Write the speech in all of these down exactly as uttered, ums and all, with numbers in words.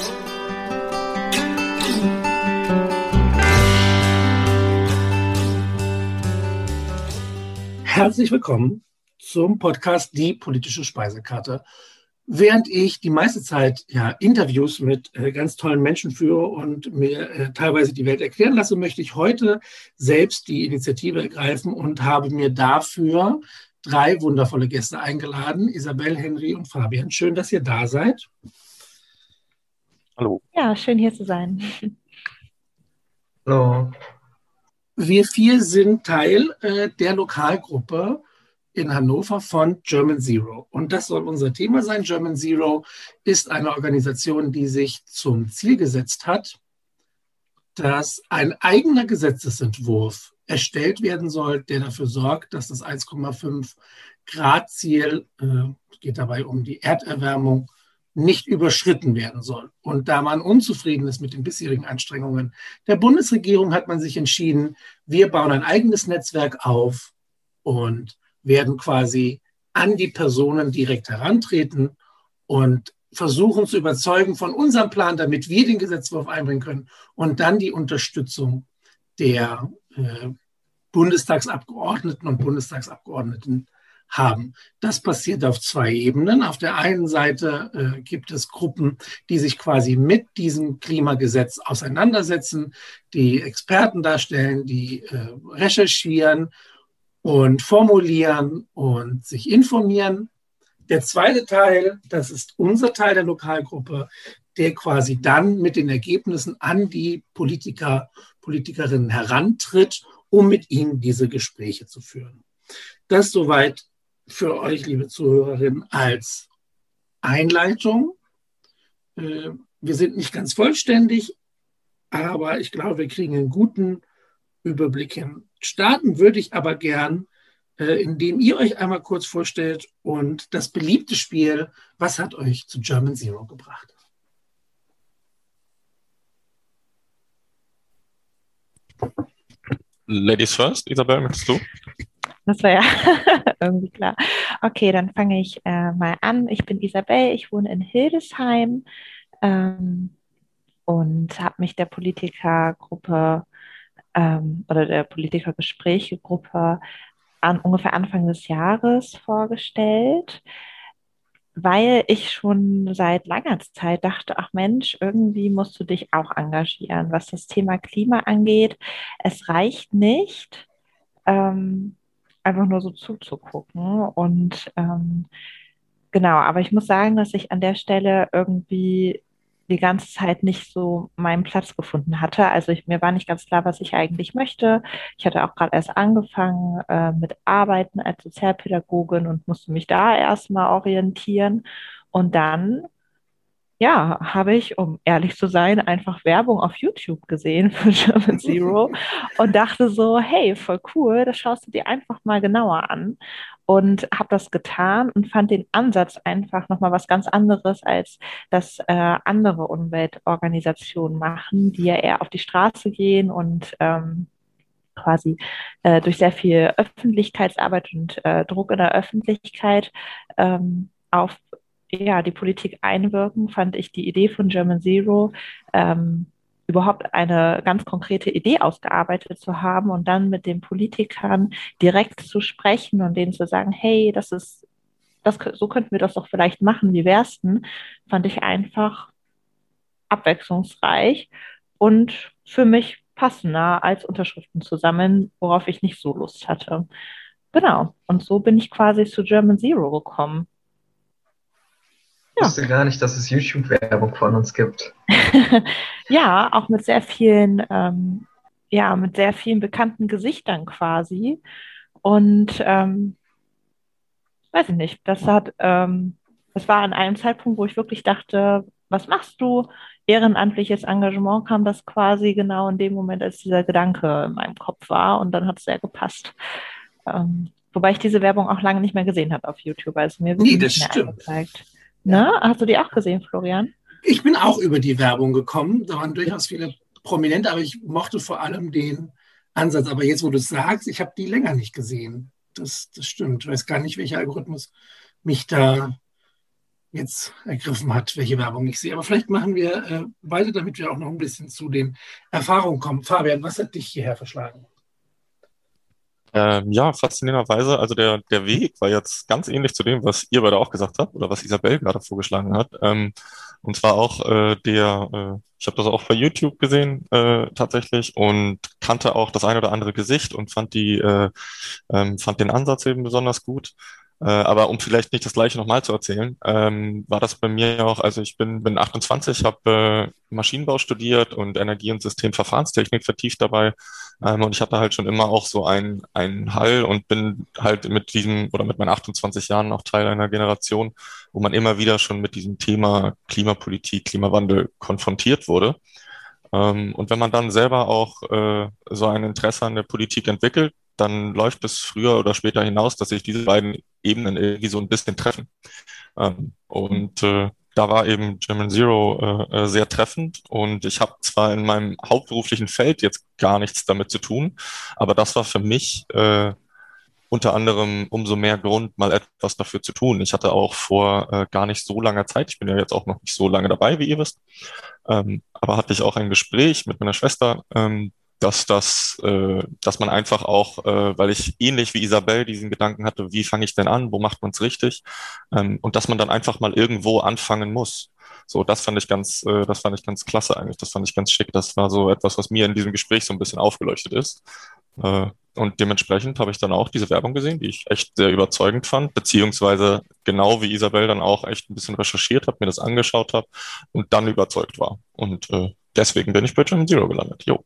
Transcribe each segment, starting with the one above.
Herzlich willkommen zum Podcast Die politische Speisekarte. Während ich die meiste Zeit ja, Interviews mit äh, ganz tollen Menschen führe und mir äh, teilweise die Welt erklären lasse, möchte ich heute selbst die Initiative ergreifen und habe mir dafür drei wundervolle Gäste eingeladen, Isabel, Henry und Fabian. Schön, dass ihr da seid. Hallo. Ja, schön hier zu sein. Hallo. Wir vier sind Teil äh, der Lokalgruppe in Hannover von German Zero. Und das soll unser Thema sein. German Zero ist eine Organisation, die sich zum Ziel gesetzt hat, dass ein eigener Gesetzesentwurf erstellt werden soll, der dafür sorgt, dass das eins Komma fünf Grad Ziel, äh, es geht dabei um die Erderwärmung, nicht überschritten werden soll. Und da man unzufrieden ist mit den bisherigen Anstrengungen der Bundesregierung, hat man sich entschieden, wir bauen ein eigenes Netzwerk auf und werden quasi an die Personen direkt herantreten und versuchen zu überzeugen von unserem Plan, damit wir den Gesetzentwurf einbringen können und dann die Unterstützung der äh, Bundestagsabgeordneten und Bundestagsabgeordneten haben. Das passiert auf zwei Ebenen. Auf der einen Seite äh, gibt es Gruppen, die sich quasi mit diesem Klimagesetz auseinandersetzen, die Experten darstellen, die äh, recherchieren und formulieren und sich informieren. Der zweite Teil, das ist unser Teil der Lokalgruppe, der quasi dann mit den Ergebnissen an die Politiker, Politikerinnen herantritt, um mit ihnen diese Gespräche zu führen. Das soweit für euch, liebe Zuhörerinnen, als Einleitung. Wir sind nicht ganz vollständig, aber ich glaube, wir kriegen einen guten Überblick hin. Starten würde ich aber gern, indem ihr euch einmal kurz vorstellt und das beliebte Spiel, was hat euch zu German Zero gebracht? Ladies first, Isabel, möchtest du? Das war ja irgendwie klar. Okay, dann fange ich äh, mal an. Ich bin Isabel, ich wohne in Hildesheim ähm, und habe mich der Politikergruppe ähm, oder der Politikergesprächegruppe an ungefähr Anfang des Jahres vorgestellt, weil ich schon seit langer Zeit dachte, ach Mensch, irgendwie musst du dich auch engagieren, was das Thema Klima angeht. Es reicht nicht, ähm, einfach nur so zuzugucken. Und ähm, genau, aber ich muss sagen, dass ich an der Stelle irgendwie die ganze Zeit nicht so meinen Platz gefunden hatte. Also ich, mir war nicht ganz klar, was ich eigentlich möchte. Ich hatte auch gerade erst angefangen äh, mit Arbeiten als Sozialpädagogin und musste mich da erstmal orientieren. Und dann ja, habe ich, um ehrlich zu sein, einfach Werbung auf YouTube gesehen für German Zero und dachte so, hey, voll cool, das schaust du dir einfach mal genauer an. Und habe das getan und fand den Ansatz einfach nochmal was ganz anderes, als das äh, andere Umweltorganisationen machen, die ja eher auf die Straße gehen und ähm, quasi äh, durch sehr viel Öffentlichkeitsarbeit und äh, Druck in der Öffentlichkeit ähm, auf ja, die Politik einwirken, fand ich die Idee von German Zero, ähm, überhaupt eine ganz konkrete Idee ausgearbeitet zu haben und dann mit den Politikern direkt zu sprechen und denen zu sagen, hey, das ist, das, so könnten wir das doch vielleicht machen, wie wär's denn? Fand ich einfach abwechslungsreich und für mich passender als Unterschriften zu sammeln, worauf ich nicht so Lust hatte. Genau. Und so bin ich quasi zu German Zero gekommen. Ich wusste gar nicht, dass es YouTube-Werbung von uns gibt. Ja, auch mit sehr vielen, ähm, ja, mit sehr vielen bekannten Gesichtern quasi. Und ähm, weiß ich nicht, das hat, ähm, das war an einem Zeitpunkt, wo ich wirklich dachte, was machst du? Ehrenamtliches Engagement kam das quasi genau in dem Moment, als dieser Gedanke in meinem Kopf war und dann hat es sehr gepasst. Ähm, wobei ich diese Werbung auch lange nicht mehr gesehen habe auf YouTube, also mir wird Nee, die das nicht mehr stimmt. angezeigt. Ne? Hast du die auch gesehen, Florian? Ich bin auch über die Werbung gekommen. Da waren durchaus viele Prominente, aber ich mochte vor allem den Ansatz. Aber jetzt, wo du es sagst, ich habe die länger nicht gesehen. Das, das stimmt. Ich weiß gar nicht, welcher Algorithmus mich da jetzt ergriffen hat, welche Werbung ich sehe. Aber vielleicht machen wir äh, weiter, damit wir auch noch ein bisschen zu den Erfahrungen kommen. Fabian, was hat dich hierher verschlagen? Ähm, ja, faszinierenderweise, also der, der Weg war jetzt ganz ähnlich zu dem, was ihr beide auch gesagt habt oder was Isabel gerade vorgeschlagen hat. Ähm, und zwar auch äh, der, äh, ich habe das auch bei YouTube gesehen äh, tatsächlich und kannte auch das ein oder andere Gesicht und fand die, äh, ähm, fand den Ansatz eben besonders gut. Äh, aber um vielleicht nicht das Gleiche nochmal zu erzählen, ähm, war das bei mir auch, also ich bin, bin achtundzwanzig, habe äh, Maschinenbau studiert und Energie- und Systemverfahrenstechnik vertieft dabei. Ähm, und ich hatte halt schon immer auch so einen, einen Hall und bin halt mit diesem oder mit meinen achtundzwanzig Jahren auch Teil einer Generation, wo man immer wieder schon mit diesem Thema Klimapolitik, Klimawandel konfrontiert wurde. Ähm, und wenn man dann selber auch äh, so ein Interesse an der Politik entwickelt, dann läuft es früher oder später hinaus, dass sich diese beiden Ebenen irgendwie so ein bisschen treffen. Ähm, und äh, da war eben German Zero äh, äh, sehr treffend und ich habe zwar in meinem hauptberuflichen Feld jetzt gar nichts damit zu tun, aber das war für mich äh, unter anderem umso mehr Grund, mal etwas dafür zu tun. Ich hatte auch vor äh, gar nicht so langer Zeit, ich bin ja jetzt auch noch nicht so lange dabei, wie ihr wisst, ähm, aber hatte ich auch ein Gespräch mit meiner Schwester, ähm, dass das, äh, dass man einfach auch, äh, weil ich ähnlich wie Isabel diesen Gedanken hatte, wie fange ich denn an, wo macht man es richtig, ähm, und dass man dann einfach mal irgendwo anfangen muss. So, das fand ich ganz, äh, das fand ich ganz klasse eigentlich. Das fand ich ganz schick. Das war so etwas, was mir in diesem Gespräch so ein bisschen aufgeleuchtet ist. Äh, und dementsprechend habe ich dann auch diese Werbung gesehen, die ich echt sehr überzeugend fand, beziehungsweise genau wie Isabel dann auch echt ein bisschen recherchiert habe, mir das angeschaut habe und dann überzeugt war. Und äh, deswegen bin ich bei German Zero gelandet. Jo.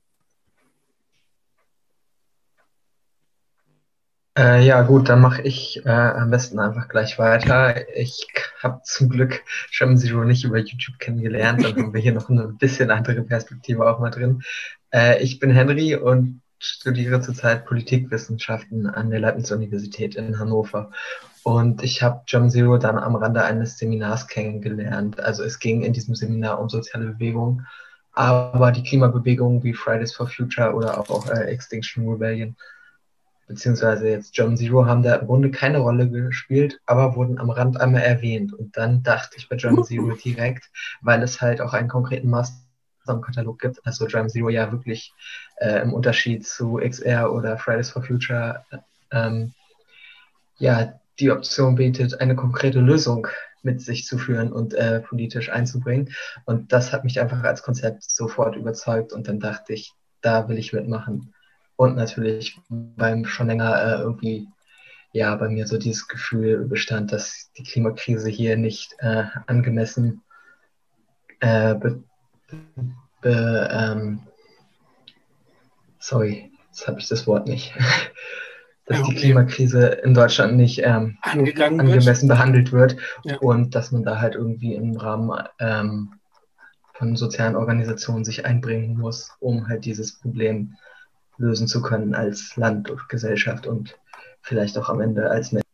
Äh, ja, gut, dann mache ich äh, am besten einfach gleich weiter. Ich habe zum Glück German Zero nicht über YouTube kennengelernt, dann haben wir hier noch eine bisschen andere Perspektive auch mal drin. Äh, ich bin Henry und studiere zurzeit Politikwissenschaften an der Leibniz-Universität in Hannover. Und ich habe German Zero dann am Rande eines Seminars kennengelernt. Also es ging in diesem Seminar um soziale Bewegungen, aber die Klimabewegungen wie Fridays for Future oder auch äh, Extinction Rebellion beziehungsweise jetzt German Zero haben da im Grunde keine Rolle gespielt, aber wurden am Rand einmal erwähnt. Und dann dachte ich bei German Zero direkt, weil es halt auch einen konkreten Maßnahmenkatalog gibt, also German Zero ja wirklich äh, im Unterschied zu X R oder Fridays for Future ähm, ja die Option bietet, eine konkrete Lösung mit sich zu führen und äh, politisch einzubringen. Und das hat mich einfach als Konzept sofort überzeugt und dann dachte ich, da will ich mitmachen. Und natürlich beim schon länger äh, irgendwie, ja, bei mir so dieses Gefühl bestand, dass die Klimakrise hier nicht äh, angemessen äh, be, be, ähm, sorry, jetzt habe ich das Wort nicht, dass die Klimakrise in Deutschland nicht ähm, Angegangen angemessen wird. behandelt wird Ja. und dass man da halt irgendwie im Rahmen ähm, von sozialen Organisationen sich einbringen muss, um halt dieses Problem lösen zu können als Land und Gesellschaft und vielleicht auch am Ende als Mensch.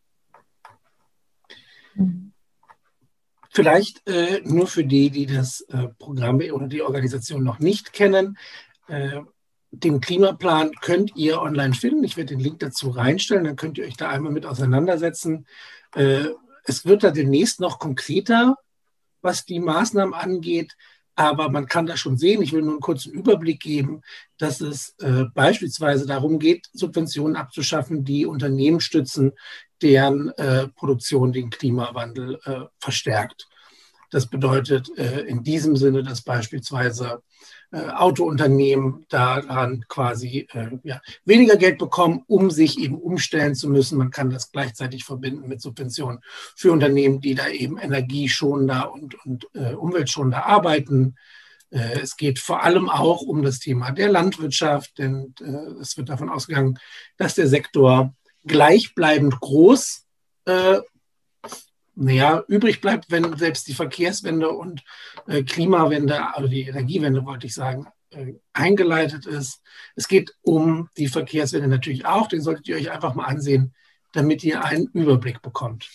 Vielleicht äh, nur für die, die das äh, Programm oder die Organisation noch nicht kennen. Äh, den Klimaplan könnt ihr online finden. Ich werde den Link dazu reinstellen, dann könnt ihr euch da einmal mit auseinandersetzen. Äh, es wird da demnächst noch konkreter, was die Maßnahmen angeht. Aber man kann das schon sehen, ich will nur einen kurzen Überblick geben, dass es äh, beispielsweise darum geht, Subventionen abzuschaffen, die Unternehmen stützen, deren äh, Produktion den Klimawandel äh, verstärkt. Das bedeutet äh, in diesem Sinne, dass beispielsweise äh, Autounternehmen daran quasi äh, ja, weniger Geld bekommen, um sich eben umstellen zu müssen. Man kann das gleichzeitig verbinden mit Subventionen für Unternehmen, die da eben energieschonender und, und äh, umweltschonender arbeiten. Äh, es geht vor allem auch um das Thema der Landwirtschaft, denn äh, es wird davon ausgegangen, dass der Sektor gleichbleibend groß äh, naja, übrig bleibt, wenn selbst die Verkehrswende und äh, Klimawende, also die Energiewende, wollte ich sagen, äh, eingeleitet ist. Es geht um die Verkehrswende natürlich auch, den solltet ihr euch einfach mal ansehen, damit ihr einen Überblick bekommt.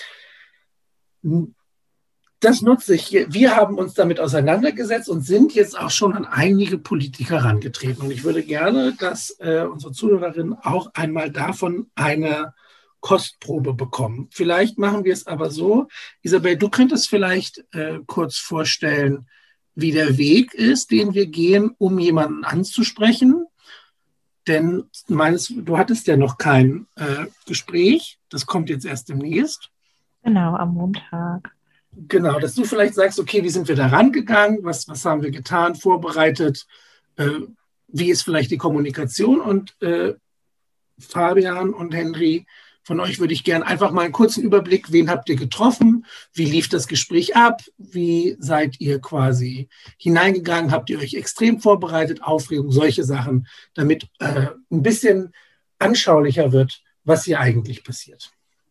Das nutze ich. Wir haben uns damit auseinandergesetzt und sind jetzt auch schon an einige Politiker herangetreten. Und ich würde gerne, dass äh, unsere Zuhörerinnen auch einmal davon eine Kostprobe bekommen. Vielleicht machen wir es aber so. Isabel, du könntest vielleicht äh, kurz vorstellen, wie der Weg ist, den wir gehen, um jemanden anzusprechen. Denn meines, du hattest ja noch kein äh, Gespräch. Das kommt jetzt erst demnächst. Genau, am Montag. Genau, dass du vielleicht sagst, okay, wie sind wir da rangegangen? Was, was haben wir getan, vorbereitet? Äh, wie ist vielleicht die Kommunikation? Und äh, Fabian und Henry, von euch würde ich gerne einfach mal einen kurzen Überblick, wen habt ihr getroffen, wie lief das Gespräch ab, wie seid ihr quasi hineingegangen, habt ihr euch extrem vorbereitet, Aufregung, solche Sachen, damit äh, ein bisschen anschaulicher wird, was hier eigentlich passiert.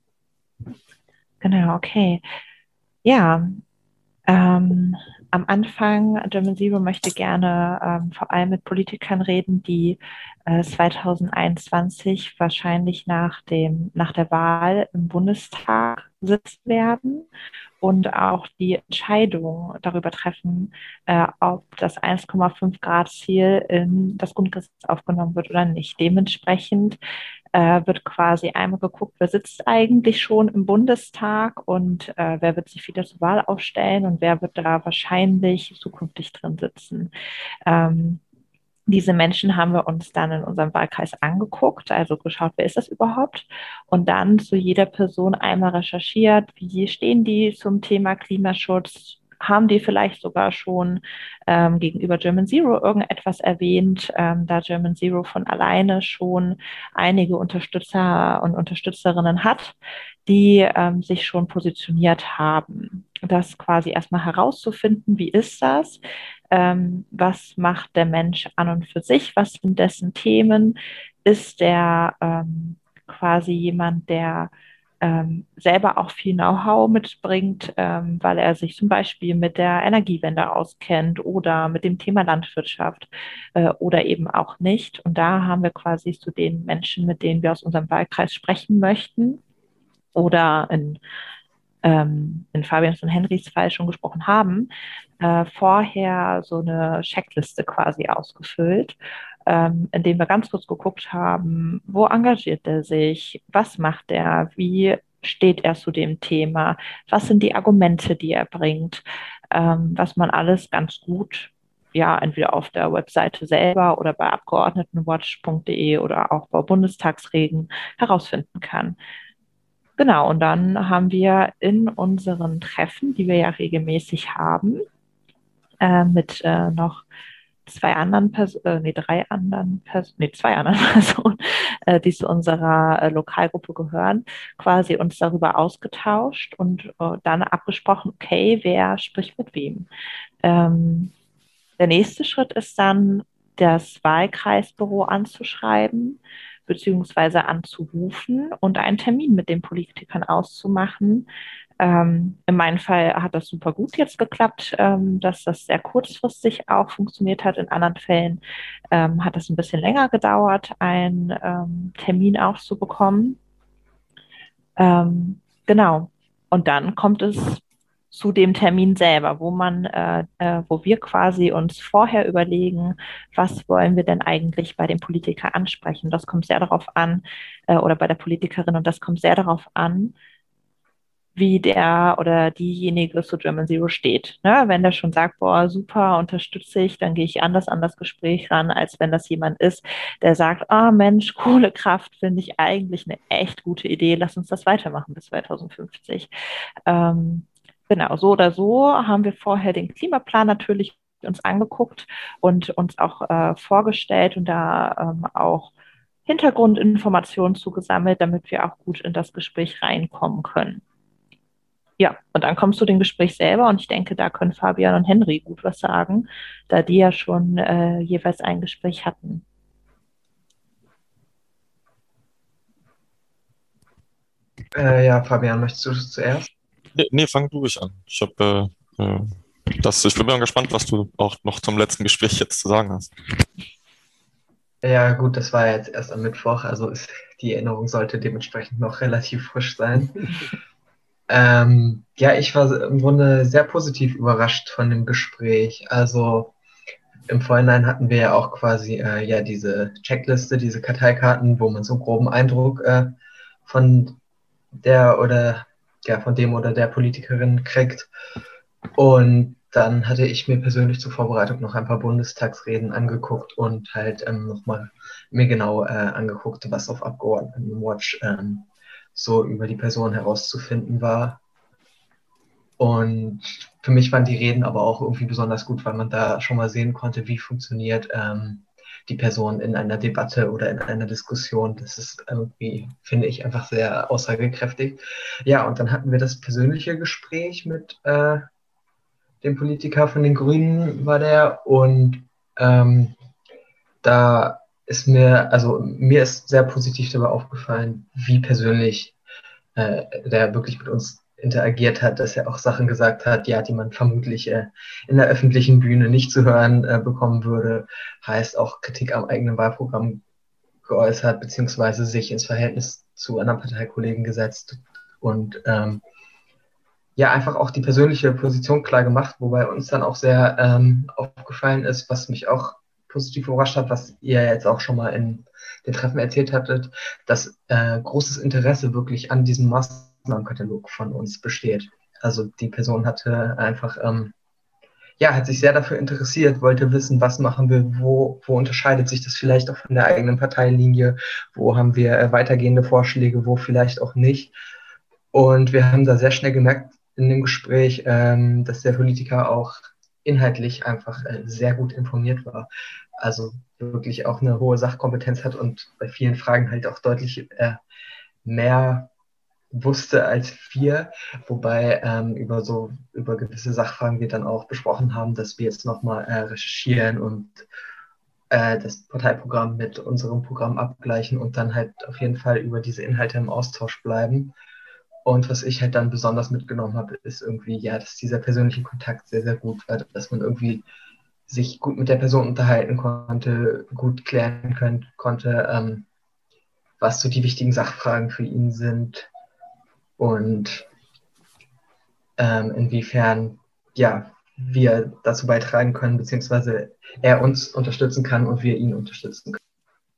Genau, okay. Ja, ähm, am Anfang, German Zero möchte gerne ähm, vor allem mit Politikern reden, die äh, zwanzig einundzwanzig wahrscheinlich nach dem, nach der Wahl im Bundestag sitzen werden und auch die Entscheidung darüber treffen, äh, ob das eins Komma fünf Grad Ziel in das Grundgesetz aufgenommen wird oder nicht. Dementsprechend äh, wird quasi einmal geguckt, wer sitzt eigentlich schon im Bundestag und äh, wer wird sich wieder zur Wahl aufstellen und wer wird da wahrscheinlich zukünftig drin sitzen. Ähm, Diese Menschen haben wir uns dann in unserem Wahlkreis angeguckt, also geschaut, wer ist das überhaupt? Und dann zu jeder Person einmal recherchiert, wie stehen die zum Thema Klimaschutz? Haben die vielleicht sogar schon ähm, gegenüber German Zero irgendetwas erwähnt, ähm, da German Zero von alleine schon einige Unterstützer und Unterstützerinnen hat, die ähm, sich schon positioniert haben. Das quasi erstmal herauszufinden, wie ist das? Ähm, was macht der Mensch an und für sich? Was sind dessen Themen? Ist der ähm, quasi jemand, der ähm, selber auch viel Know-how mitbringt, ähm, weil er sich zum Beispiel mit der Energiewende auskennt oder mit dem Thema Landwirtschaft äh, oder eben auch nicht. Und da haben wir quasi zu den Menschen, mit denen wir aus unserem Wahlkreis sprechen möchten oder in ähm, in Fabians und Henrys Fall schon gesprochen haben, äh, vorher so eine Checkliste quasi ausgefüllt, ähm, indem wir ganz kurz geguckt haben, wo engagiert er sich, was macht er, wie steht er zu dem Thema, was sind die Argumente, die er bringt, ähm, was man alles ganz gut ja, entweder auf der Webseite selber oder bei abgeordnetenwatch punkt de oder auch bei Bundestagsreden herausfinden kann. Genau, und dann haben wir in unseren Treffen, die wir ja regelmäßig haben, äh, mit äh, noch zwei anderen Personen, äh, nee, drei anderen Personen, nee, zwei anderen Personen, äh, die zu unserer äh, Lokalgruppe gehören, quasi uns darüber ausgetauscht und äh, dann abgesprochen, okay, wer spricht mit wem. Ähm, der nächste Schritt ist dann, das Wahlkreisbüro anzuschreiben, beziehungsweise anzurufen und einen Termin mit den Politikern auszumachen. Ähm, in meinem Fall hat das super gut jetzt geklappt, ähm, dass das sehr kurzfristig auch funktioniert hat. In anderen Fällen ähm, hat es ein bisschen länger gedauert, einen ähm, Termin auszubekommen. Ähm, genau. Und dann kommt es zu dem Termin selber, wo man, äh, äh, wo wir quasi uns vorher überlegen, was wollen wir denn eigentlich bei dem Politiker ansprechen. Das kommt sehr darauf an, äh, oder bei der Politikerin, und das kommt sehr darauf an, wie der oder diejenige zu German Zero steht. Ne? Wenn der schon sagt, boah, super, unterstütze ich, dann gehe ich anders an das Gespräch ran, als wenn das jemand ist, der sagt, ah Mensch, Kohlekraft finde ich eigentlich eine echt gute Idee, lass uns das weitermachen bis zwanzig fünfzig. Ähm, Genau, so oder so haben wir vorher den Klimaplan natürlich uns angeguckt und uns auch äh, vorgestellt und da ähm, auch Hintergrundinformationen zugesammelt, damit wir auch gut in das Gespräch reinkommen können. Ja, und dann kommst du zum Gespräch selber und ich denke, da können Fabian und Henry gut was sagen, da die ja schon äh, jeweils ein Gespräch hatten. Äh, ja, Fabian, möchtest du zuerst? Nee, nee, fang du ruhig an. Ich habe äh, äh, das, ich bin mal gespannt, was du auch noch zum letzten Gespräch jetzt zu sagen hast. Ja, gut, das war jetzt erst am Mittwoch, also ist, die Erinnerung sollte dementsprechend noch relativ frisch sein. ähm, ja, ich war im Grunde sehr positiv überrascht von dem Gespräch. Also im Vorhinein hatten wir ja auch quasi äh, ja diese Checkliste, diese Karteikarten, wo man so einen groben Eindruck äh, von der oder ja, von dem oder der Politikerin kriegt. Und dann hatte ich mir persönlich zur Vorbereitung noch ein paar Bundestagsreden angeguckt und halt ähm, nochmal mir genau äh, angeguckt, was auf Abgeordnetenwatch ähm, so über die Person herauszufinden war. Und für mich waren die Reden aber auch irgendwie besonders gut, weil man da schon mal sehen konnte, wie funktioniert ähm, die Person in einer Debatte oder in einer Diskussion. Das ist irgendwie, finde ich, einfach sehr aussagekräftig. Ja, und dann hatten wir das persönliche Gespräch mit äh, dem Politiker von den Grünen, war der. Und ähm, da ist mir, also mir ist sehr positiv dabei aufgefallen, wie persönlich äh, der wirklich mit uns interagiert hat, dass er auch Sachen gesagt hat, ja, die man vermutlich äh, in der öffentlichen Bühne nicht zu hören äh, bekommen würde. Heißt auch Kritik am eigenen Wahlprogramm geäußert, beziehungsweise sich ins Verhältnis zu anderen Parteikollegen gesetzt und ähm, ja, einfach auch die persönliche Position klar gemacht, wobei uns dann auch sehr ähm, aufgefallen ist, was mich auch positiv überrascht hat, was ihr jetzt auch schon mal in den Treffen erzählt hattet, dass äh, großes Interesse wirklich an diesem Maßnahmenkatalog von uns besteht. Also die Person hatte einfach, ähm, ja, hat sich sehr dafür interessiert, wollte wissen, was machen wir, wo, wo unterscheidet sich das vielleicht auch von der eigenen Parteilinie, wo haben wir äh, weitergehende Vorschläge, wo vielleicht auch nicht. Und wir haben da sehr schnell gemerkt in dem Gespräch, ähm, dass der Politiker auch inhaltlich einfach äh, sehr gut informiert war. Also wirklich auch eine hohe Sachkompetenz hat und bei vielen Fragen halt auch deutlich äh, mehr wusste als wir, wobei ähm, über so über gewisse Sachfragen wir dann auch besprochen haben, dass wir jetzt nochmal äh, recherchieren und äh, das Parteiprogramm mit unserem Programm abgleichen und dann halt auf jeden Fall über diese Inhalte im Austausch bleiben. Und was ich halt dann besonders mitgenommen habe, ist irgendwie, ja, dass dieser persönliche Kontakt sehr, sehr gut war, dass man irgendwie sich gut mit der Person unterhalten konnte, gut klären können, konnte, ähm, was so die wichtigen Sachfragen für ihn sind und ähm, inwiefern, ja, wir dazu beitragen können, beziehungsweise er uns unterstützen kann und wir ihn unterstützen können.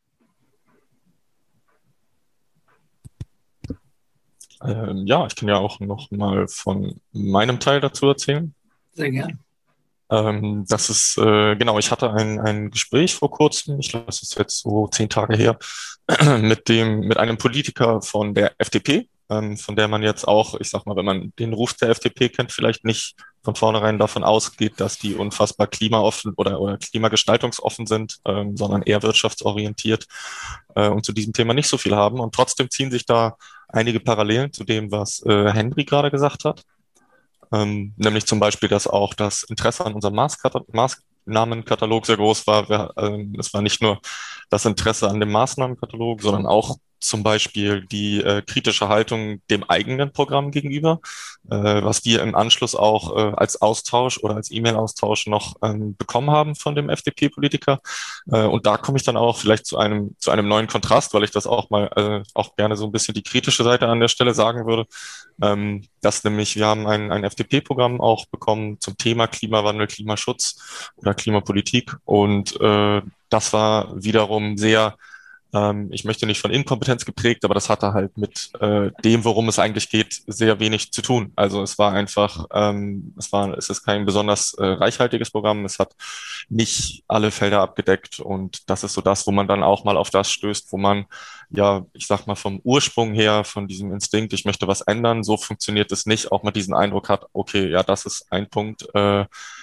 Ähm, ja, ich kann ja auch noch mal von meinem Teil dazu erzählen. Sehr gern. Ähm, das ist, äh, genau, ich hatte ein, ein Gespräch vor kurzem, ich glaube, das ist jetzt so zehn Tage her, mit dem, mit einem Politiker von der F D P, ähm, von der man jetzt auch, ich sag mal, wenn man den Ruf der F D P kennt, vielleicht nicht von vornherein davon ausgeht, dass die unfassbar klimaoffen oder, oder klimagestaltungsoffen sind, ähm, sondern eher wirtschaftsorientiert äh, und zu diesem Thema nicht so viel haben. Und trotzdem ziehen sich da einige Parallelen zu dem, was äh, Henry gerade gesagt hat. Ähm, nämlich zum Beispiel, dass auch das Interesse an unserem Maßkata- Maßnahmenkatalog sehr groß war. Wir, ähm, es war nicht nur das Interesse an dem Maßnahmenkatalog, sondern auch zum Beispiel die äh, kritische Haltung dem eigenen Programm gegenüber, äh, was wir im Anschluss auch äh, als Austausch oder als E-Mail-Austausch noch ähm, bekommen haben von dem F D P-Politiker. Äh, und da komme ich dann auch vielleicht zu einem zu einem neuen Kontrast, weil ich das auch mal äh, auch gerne so ein bisschen die kritische Seite an der Stelle sagen würde. Ähm, dass nämlich wir haben ein, ein F D P-Programm auch bekommen zum Thema Klimawandel, Klimaschutz oder Klimapolitik und äh, das war wiederum sehr, ähm, ich möchte nicht von Inkompetenz geprägt, aber das hatte halt mit äh, dem, worum es eigentlich geht, sehr wenig zu tun. Also es war einfach, ähm, es war, es ist kein besonders äh, reichhaltiges Programm, es hat nicht alle Felder abgedeckt und das ist so das, wo man dann auch mal auf das stößt, wo man ja, ich sag mal vom Ursprung her, von diesem Instinkt, ich möchte was ändern, so funktioniert es nicht, auch mal diesen Eindruck hat, okay, ja, das ist ein Punkt, äh,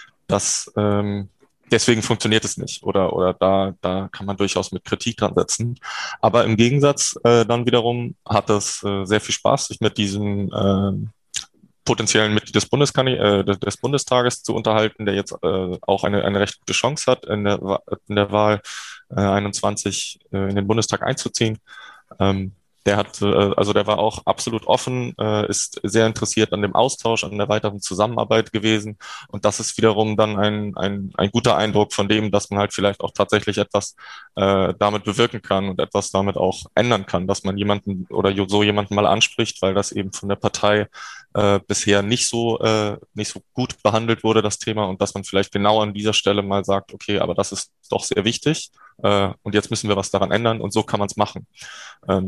das ähm, deswegen funktioniert es nicht oder oder da da kann man durchaus mit Kritik dran setzen. Aber im Gegensatz äh, dann wiederum hat es äh, sehr viel Spaß, sich mit diesem äh, potenziellen Mitglied des, Bundeskandi äh, des Bundestages zu unterhalten, der jetzt äh, auch eine, eine recht gute Chance hat, in der, in der Wahl äh, einundzwanzig äh, in den Bundestag einzuziehen. Ähm, der hat, äh, also der war auch absolut offen, äh, ist sehr interessiert an dem Austausch, an der weiteren Zusammenarbeit gewesen. Und das ist wiederum dann ein, ein, ein guter Eindruck von dem, dass man halt vielleicht auch tatsächlich etwas äh, damit bewirken kann und etwas damit auch ändern kann, dass man jemanden oder so jemanden mal anspricht, weil das eben von der Partei äh, bisher nicht so äh, nicht so gut behandelt wurde, das Thema, und dass man vielleicht genau an dieser Stelle mal sagt, okay, aber das ist doch sehr wichtig äh, und jetzt müssen wir was daran ändern und so kann man es machen. Ähm, das ist halt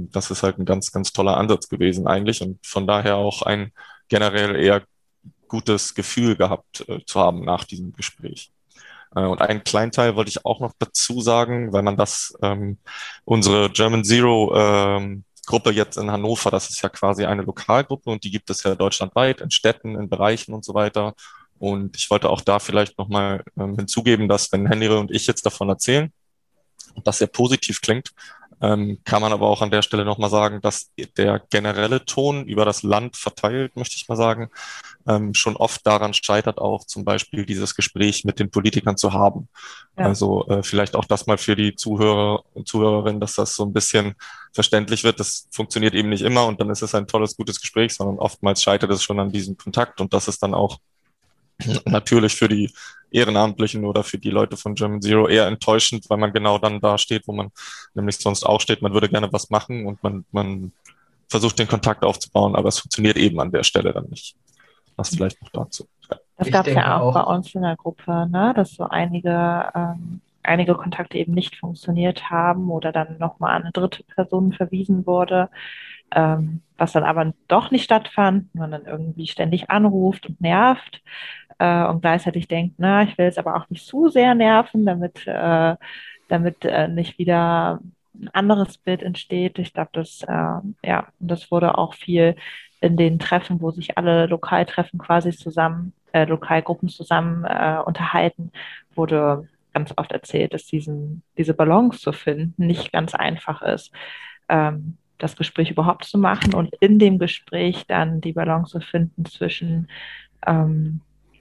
halt ein ganz, ganz toller Ansatz gewesen eigentlich und von daher auch ein generell eher gutes Gefühl gehabt äh, zu haben nach diesem Gespräch. Äh, und einen kleinen Teil wollte ich auch noch dazu sagen, weil man das, ähm, unsere German Zero ähm, Gruppe jetzt in Hannover, das ist ja quasi eine Lokalgruppe und die gibt es ja deutschlandweit in Städten, in Bereichen und so weiter. Und ich wollte auch da vielleicht nochmal ähm, hinzugeben, dass wenn Henry und ich jetzt davon erzählen, und das sehr positiv klingt, ähm, kann man aber auch an der Stelle nochmal sagen, dass der generelle Ton über das Land verteilt, möchte ich mal sagen, ähm, schon oft daran scheitert, auch zum Beispiel dieses Gespräch mit den Politikern zu haben. Ja. Also äh, vielleicht auch das mal für die Zuhörer und Zuhörerinnen, dass das so ein bisschen verständlich wird. Das funktioniert eben nicht immer und dann ist es ein tolles, gutes Gespräch, sondern oftmals scheitert es schon an diesem Kontakt und das ist dann auch natürlich für die Ehrenamtlichen oder für die Leute von German Zero eher enttäuschend, weil man genau dann da steht, wo man nämlich sonst auch steht. Man würde gerne was machen und man, man versucht, den Kontakt aufzubauen, aber es funktioniert eben an der Stelle dann nicht. Das vielleicht noch dazu. Ja. Das gab es ja auch, auch bei uns in der Gruppe, ne? Dass so einige, ähm, einige Kontakte eben nicht funktioniert haben oder dann nochmal an eine dritte Person verwiesen wurde, ähm, was dann aber doch nicht stattfand, man dann irgendwie ständig anruft und nervt äh, und gleichzeitig denkt, na, ich will jetzt aber auch nicht zu sehr nerven, damit, äh, damit äh, nicht wieder ein anderes Bild entsteht. Ich glaube, das, äh, ja, das wurde auch viel in den Treffen, wo sich alle Lokaltreffen quasi zusammen, äh, Lokalgruppen zusammen äh, unterhalten, wurde ganz oft erzählt, dass diesen, diese Balance zu finden nicht ganz einfach ist. Ähm, das Gespräch überhaupt zu machen und in dem Gespräch dann die Balance zu finden zwischen ähm,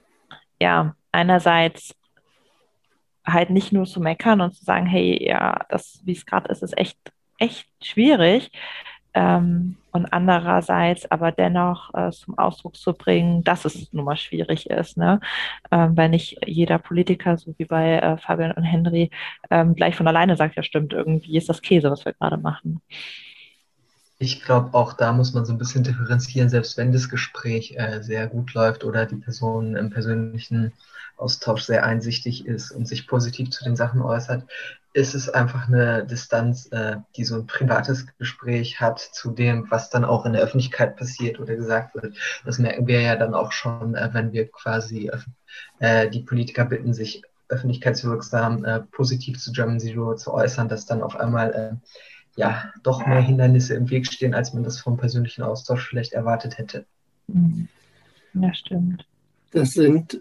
ja, einerseits halt nicht nur zu meckern und zu sagen, hey, ja, das, wie es gerade ist, ist echt, echt schwierig. Ähm, und andererseits aber dennoch äh, zum Ausdruck zu bringen, dass es nun mal schwierig ist, ne? Ähm, weil nicht jeder Politiker, so wie bei äh, Fabian und Henry, ähm, gleich von alleine sagt, ja stimmt, irgendwie ist das Käse, was wir gerade machen. Ich glaube, auch da muss man so ein bisschen differenzieren, selbst wenn das Gespräch äh, sehr gut läuft oder die Person im persönlichen Austausch sehr einsichtig ist und sich positiv zu den Sachen äußert, ist es einfach eine Distanz, äh, die so ein privates Gespräch hat zu dem, was dann auch in der Öffentlichkeit passiert oder gesagt wird. Das merken wir ja dann auch schon, äh, wenn wir quasi äh, die Politiker bitten, sich öffentlichkeitswirksam äh, positiv zu German Zero zu äußern, dass dann auf einmal äh, ja, doch mehr Hindernisse im Weg stehen, als man das vom persönlichen Austausch vielleicht erwartet hätte. Ja, stimmt. Das sind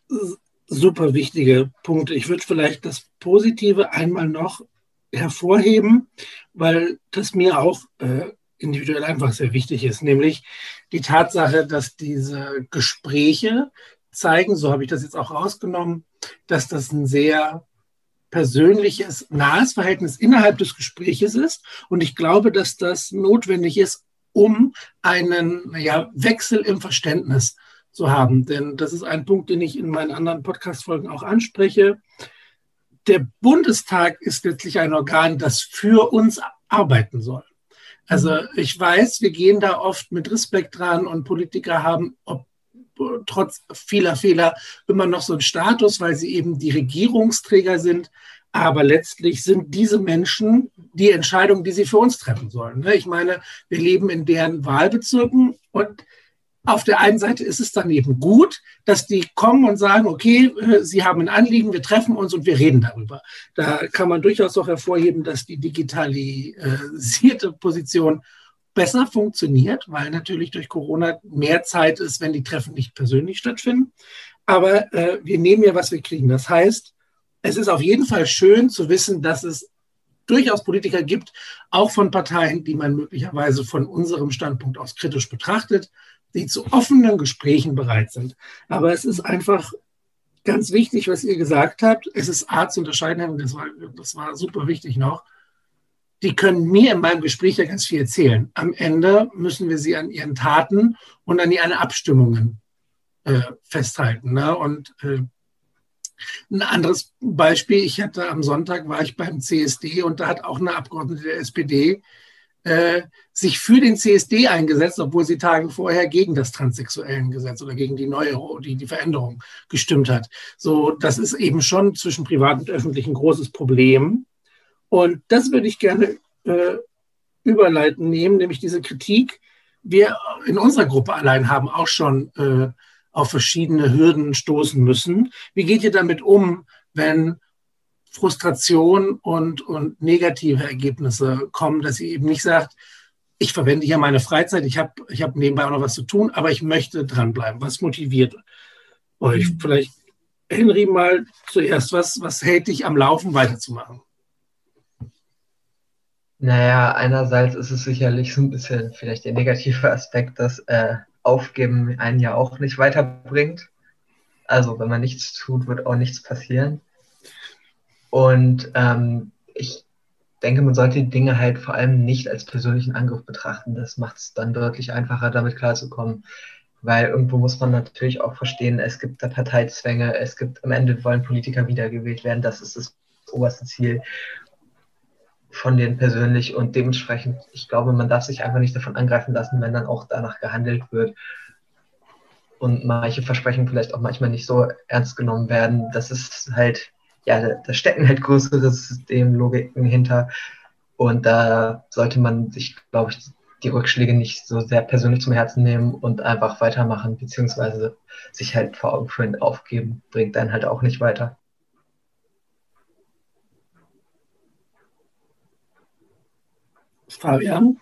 super wichtige Punkte. Ich würde vielleicht das Positive einmal noch hervorheben, weil das mir auch äh, individuell einfach sehr wichtig ist, nämlich die Tatsache, dass diese Gespräche zeigen, so habe ich das jetzt auch rausgenommen, dass das ein sehr persönliches, nahes Verhältnis innerhalb des Gespräches ist. Und ich glaube, dass das notwendig ist, um einen ja, Wechsel im Verständnis zu haben. Denn das ist ein Punkt, den ich in meinen anderen Podcast-Folgen auch anspreche. Der Bundestag ist letztlich ein Organ, das für uns arbeiten soll. Also ich weiß, wir gehen da oft mit Respekt dran und Politiker haben, ob trotz vieler Fehler immer noch so einen Status, weil sie eben die Regierungsträger sind. Aber letztlich sind diese Menschen die Entscheidungen, die sie für uns treffen sollen. Ich meine, wir leben in deren Wahlbezirken und auf der einen Seite ist es dann eben gut, dass die kommen und sagen, okay, sie haben ein Anliegen, wir treffen uns und wir reden darüber. Da kann man durchaus auch hervorheben, dass die digitalisierte Position besser funktioniert, weil natürlich durch Corona mehr Zeit ist, wenn die Treffen nicht persönlich stattfinden. Aber äh, wir nehmen ja, was wir kriegen. Das heißt, es ist auf jeden Fall schön zu wissen, dass es durchaus Politiker gibt, auch von Parteien, die man möglicherweise von unserem Standpunkt aus kritisch betrachtet, die zu offenen Gesprächen bereit sind. Aber es ist einfach ganz wichtig, was ihr gesagt habt. Es ist A zu unterscheiden, das war, das war super wichtig noch. Die können mir in meinem Gespräch ja ganz viel erzählen. Am Ende müssen wir sie an ihren Taten und an ihren Abstimmungen äh, festhalten. Ne? Und äh, ein anderes Beispiel, ich hatte am Sonntag, war ich beim C S D und da hat auch eine Abgeordnete der S P D äh, sich für den C S D eingesetzt, obwohl sie Tage vorher gegen das Transsexuellengesetz oder gegen die neue, die, die Veränderung gestimmt hat. So, das ist eben schon zwischen privat und öffentlich ein großes Problem. Und das würde ich gerne äh, überleiten nehmen, nämlich diese Kritik. Wir in unserer Gruppe allein haben auch schon äh, auf verschiedene Hürden stoßen müssen. Wie geht ihr damit um, wenn Frustration und, und negative Ergebnisse kommen, dass ihr eben nicht sagt, ich verwende hier meine Freizeit, ich habe ich hab nebenbei auch noch was zu tun, aber ich möchte dranbleiben. Was motiviert euch? Vielleicht, Henry, mal zuerst, was, was hält dich am Laufen, weiterzumachen? Naja, einerseits ist es sicherlich so ein bisschen vielleicht der negative Aspekt, dass äh, Aufgeben einen ja auch nicht weiterbringt. Also wenn man nichts tut, wird auch nichts passieren. Und ähm, ich denke, man sollte die Dinge halt vor allem nicht als persönlichen Angriff betrachten. Das macht es dann deutlich einfacher, damit klarzukommen. Weil irgendwo muss man natürlich auch verstehen, es gibt da Parteizwänge, es gibt am Ende wollen Politiker wiedergewählt werden. Das ist das oberste Ziel von denen persönlich. Und dementsprechend, ich glaube, man darf sich einfach nicht davon angreifen lassen, wenn dann auch danach gehandelt wird. Und manche Versprechen vielleicht auch manchmal nicht so ernst genommen werden. Das ist halt, ja, da, da stecken halt größere Systemlogiken hinter. Und da sollte man sich, glaube ich, die Rückschläge nicht so sehr persönlich zum Herzen nehmen und einfach weitermachen, beziehungsweise sich halt vor Augen führen, aufgeben, bringt einen halt auch nicht weiter. Fabian?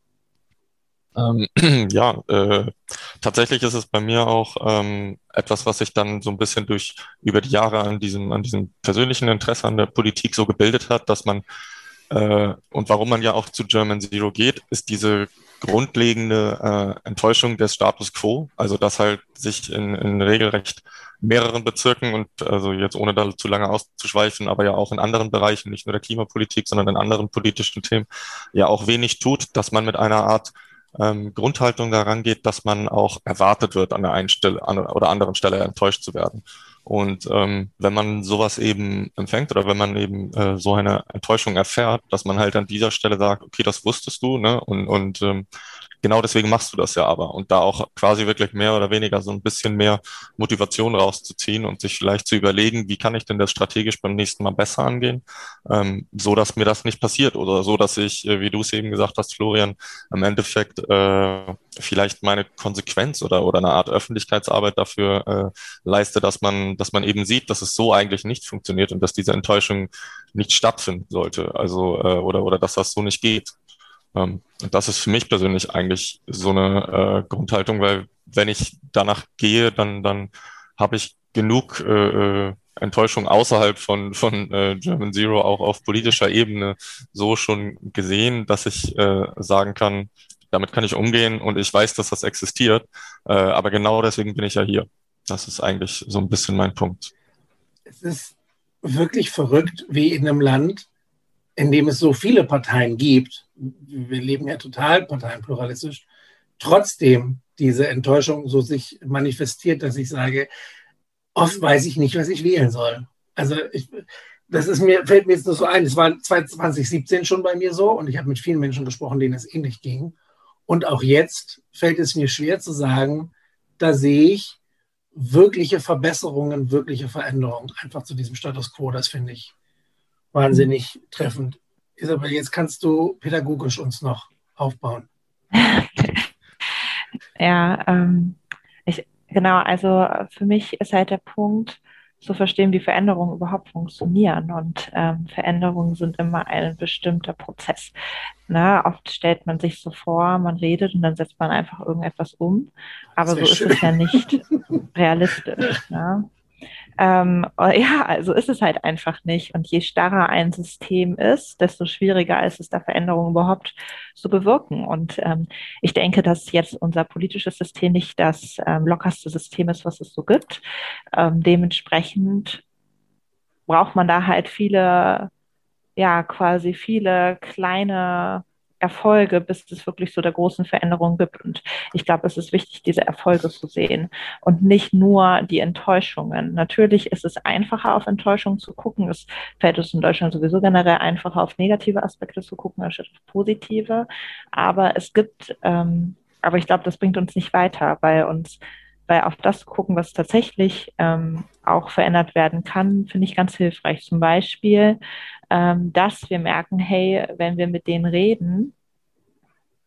Ähm, ja, äh, tatsächlich ist es bei mir auch ähm, etwas, was sich dann so ein bisschen durch über die Jahre an diesem, an diesem persönlichen Interesse an der Politik so gebildet hat, dass man äh, und warum man ja auch zu German Zero geht, ist diese grundlegende äh, Enttäuschung des Status quo, also dass halt sich in, in regelrecht mehreren Bezirken und also jetzt ohne da zu lange auszuschweifen, aber ja auch in anderen Bereichen, nicht nur der Klimapolitik, sondern in anderen politischen Themen, ja auch wenig tut, dass man mit einer Art ähm, Grundhaltung daran geht, dass man auch erwartet wird, an der einen Stelle an, oder anderen Stelle enttäuscht zu werden. Und ähm, wenn man sowas eben empfängt oder wenn man eben äh, so eine Enttäuschung erfährt, dass man halt an dieser Stelle sagt, okay, das wusstest du, ne? Und, und ähm, genau deswegen machst du das ja aber. Und da auch quasi wirklich mehr oder weniger so ein bisschen mehr Motivation rauszuziehen und sich vielleicht zu überlegen, wie kann ich denn das strategisch beim nächsten Mal besser angehen, ähm, so dass mir das nicht passiert oder so, dass ich, äh, wie du es eben gesagt hast, Florian, im Endeffekt äh, vielleicht meine Konsequenz oder, oder eine Art Öffentlichkeitsarbeit dafür äh, leiste, dass man, dass man eben sieht, dass es so eigentlich nicht funktioniert und dass diese Enttäuschung nicht stattfinden sollte, also äh, oder, oder dass das so nicht geht. Ähm, und das ist für mich persönlich eigentlich so eine äh, Grundhaltung, weil wenn ich danach gehe, dann, dann habe ich genug äh, äh, Enttäuschung außerhalb von, von äh, German Zero auch auf politischer Ebene so schon gesehen, dass ich äh, sagen kann, damit kann ich umgehen und ich weiß, dass das existiert. Äh, aber genau deswegen bin ich ja hier. Das ist eigentlich so ein bisschen mein Punkt. Es ist wirklich verrückt, wie in einem Land, in dem es so viele Parteien gibt, wir leben ja total parteienpluralistisch, trotzdem diese Enttäuschung so sich manifestiert, dass ich sage, oft weiß ich nicht, was ich wählen soll. Also ich, das ist mir, fällt mir jetzt nur so ein, es war zwanzig siebzehn schon bei mir so und ich habe mit vielen Menschen gesprochen, denen es ähnlich ging. Und auch jetzt fällt es mir schwer zu sagen, da sehe ich wirkliche Verbesserungen, wirkliche Veränderungen einfach zu diesem Status quo. Das finde ich wahnsinnig treffend. Isabel, jetzt kannst du pädagogisch uns noch aufbauen. Ja, ähm, ich, genau, also für mich ist halt der Punkt, zu verstehen, wie Veränderungen überhaupt funktionieren. Und ähm, Veränderungen sind immer ein bestimmter Prozess. Na, oft stellt man sich so vor, man redet und dann setzt man einfach irgendetwas um. Aber so ist schön. es ja nicht realistisch. Na? Ähm, ja, also ist es halt einfach nicht. Und je starrer ein System ist, desto schwieriger ist es, da Veränderungen überhaupt zu bewirken. Und ähm, ich denke, dass jetzt unser politisches System nicht das ähm, lockerste System ist, was es so gibt. Ähm, dementsprechend braucht man da halt viele, ja, quasi viele kleine Erfolge, bis es wirklich so der großen Veränderung gibt. Und ich glaube, es ist wichtig, diese Erfolge zu sehen und nicht nur die Enttäuschungen. Natürlich ist es einfacher, auf Enttäuschungen zu gucken. Es fällt uns in Deutschland sowieso generell einfacher, auf negative Aspekte zu gucken, anstatt auf positive. Aber es gibt, ähm, aber ich glaube, das bringt uns nicht weiter, weil uns weil auf das zu gucken, was tatsächlich ähm, auch verändert werden kann, finde ich ganz hilfreich. Zum Beispiel, ähm, dass wir merken, hey, wenn wir mit denen reden,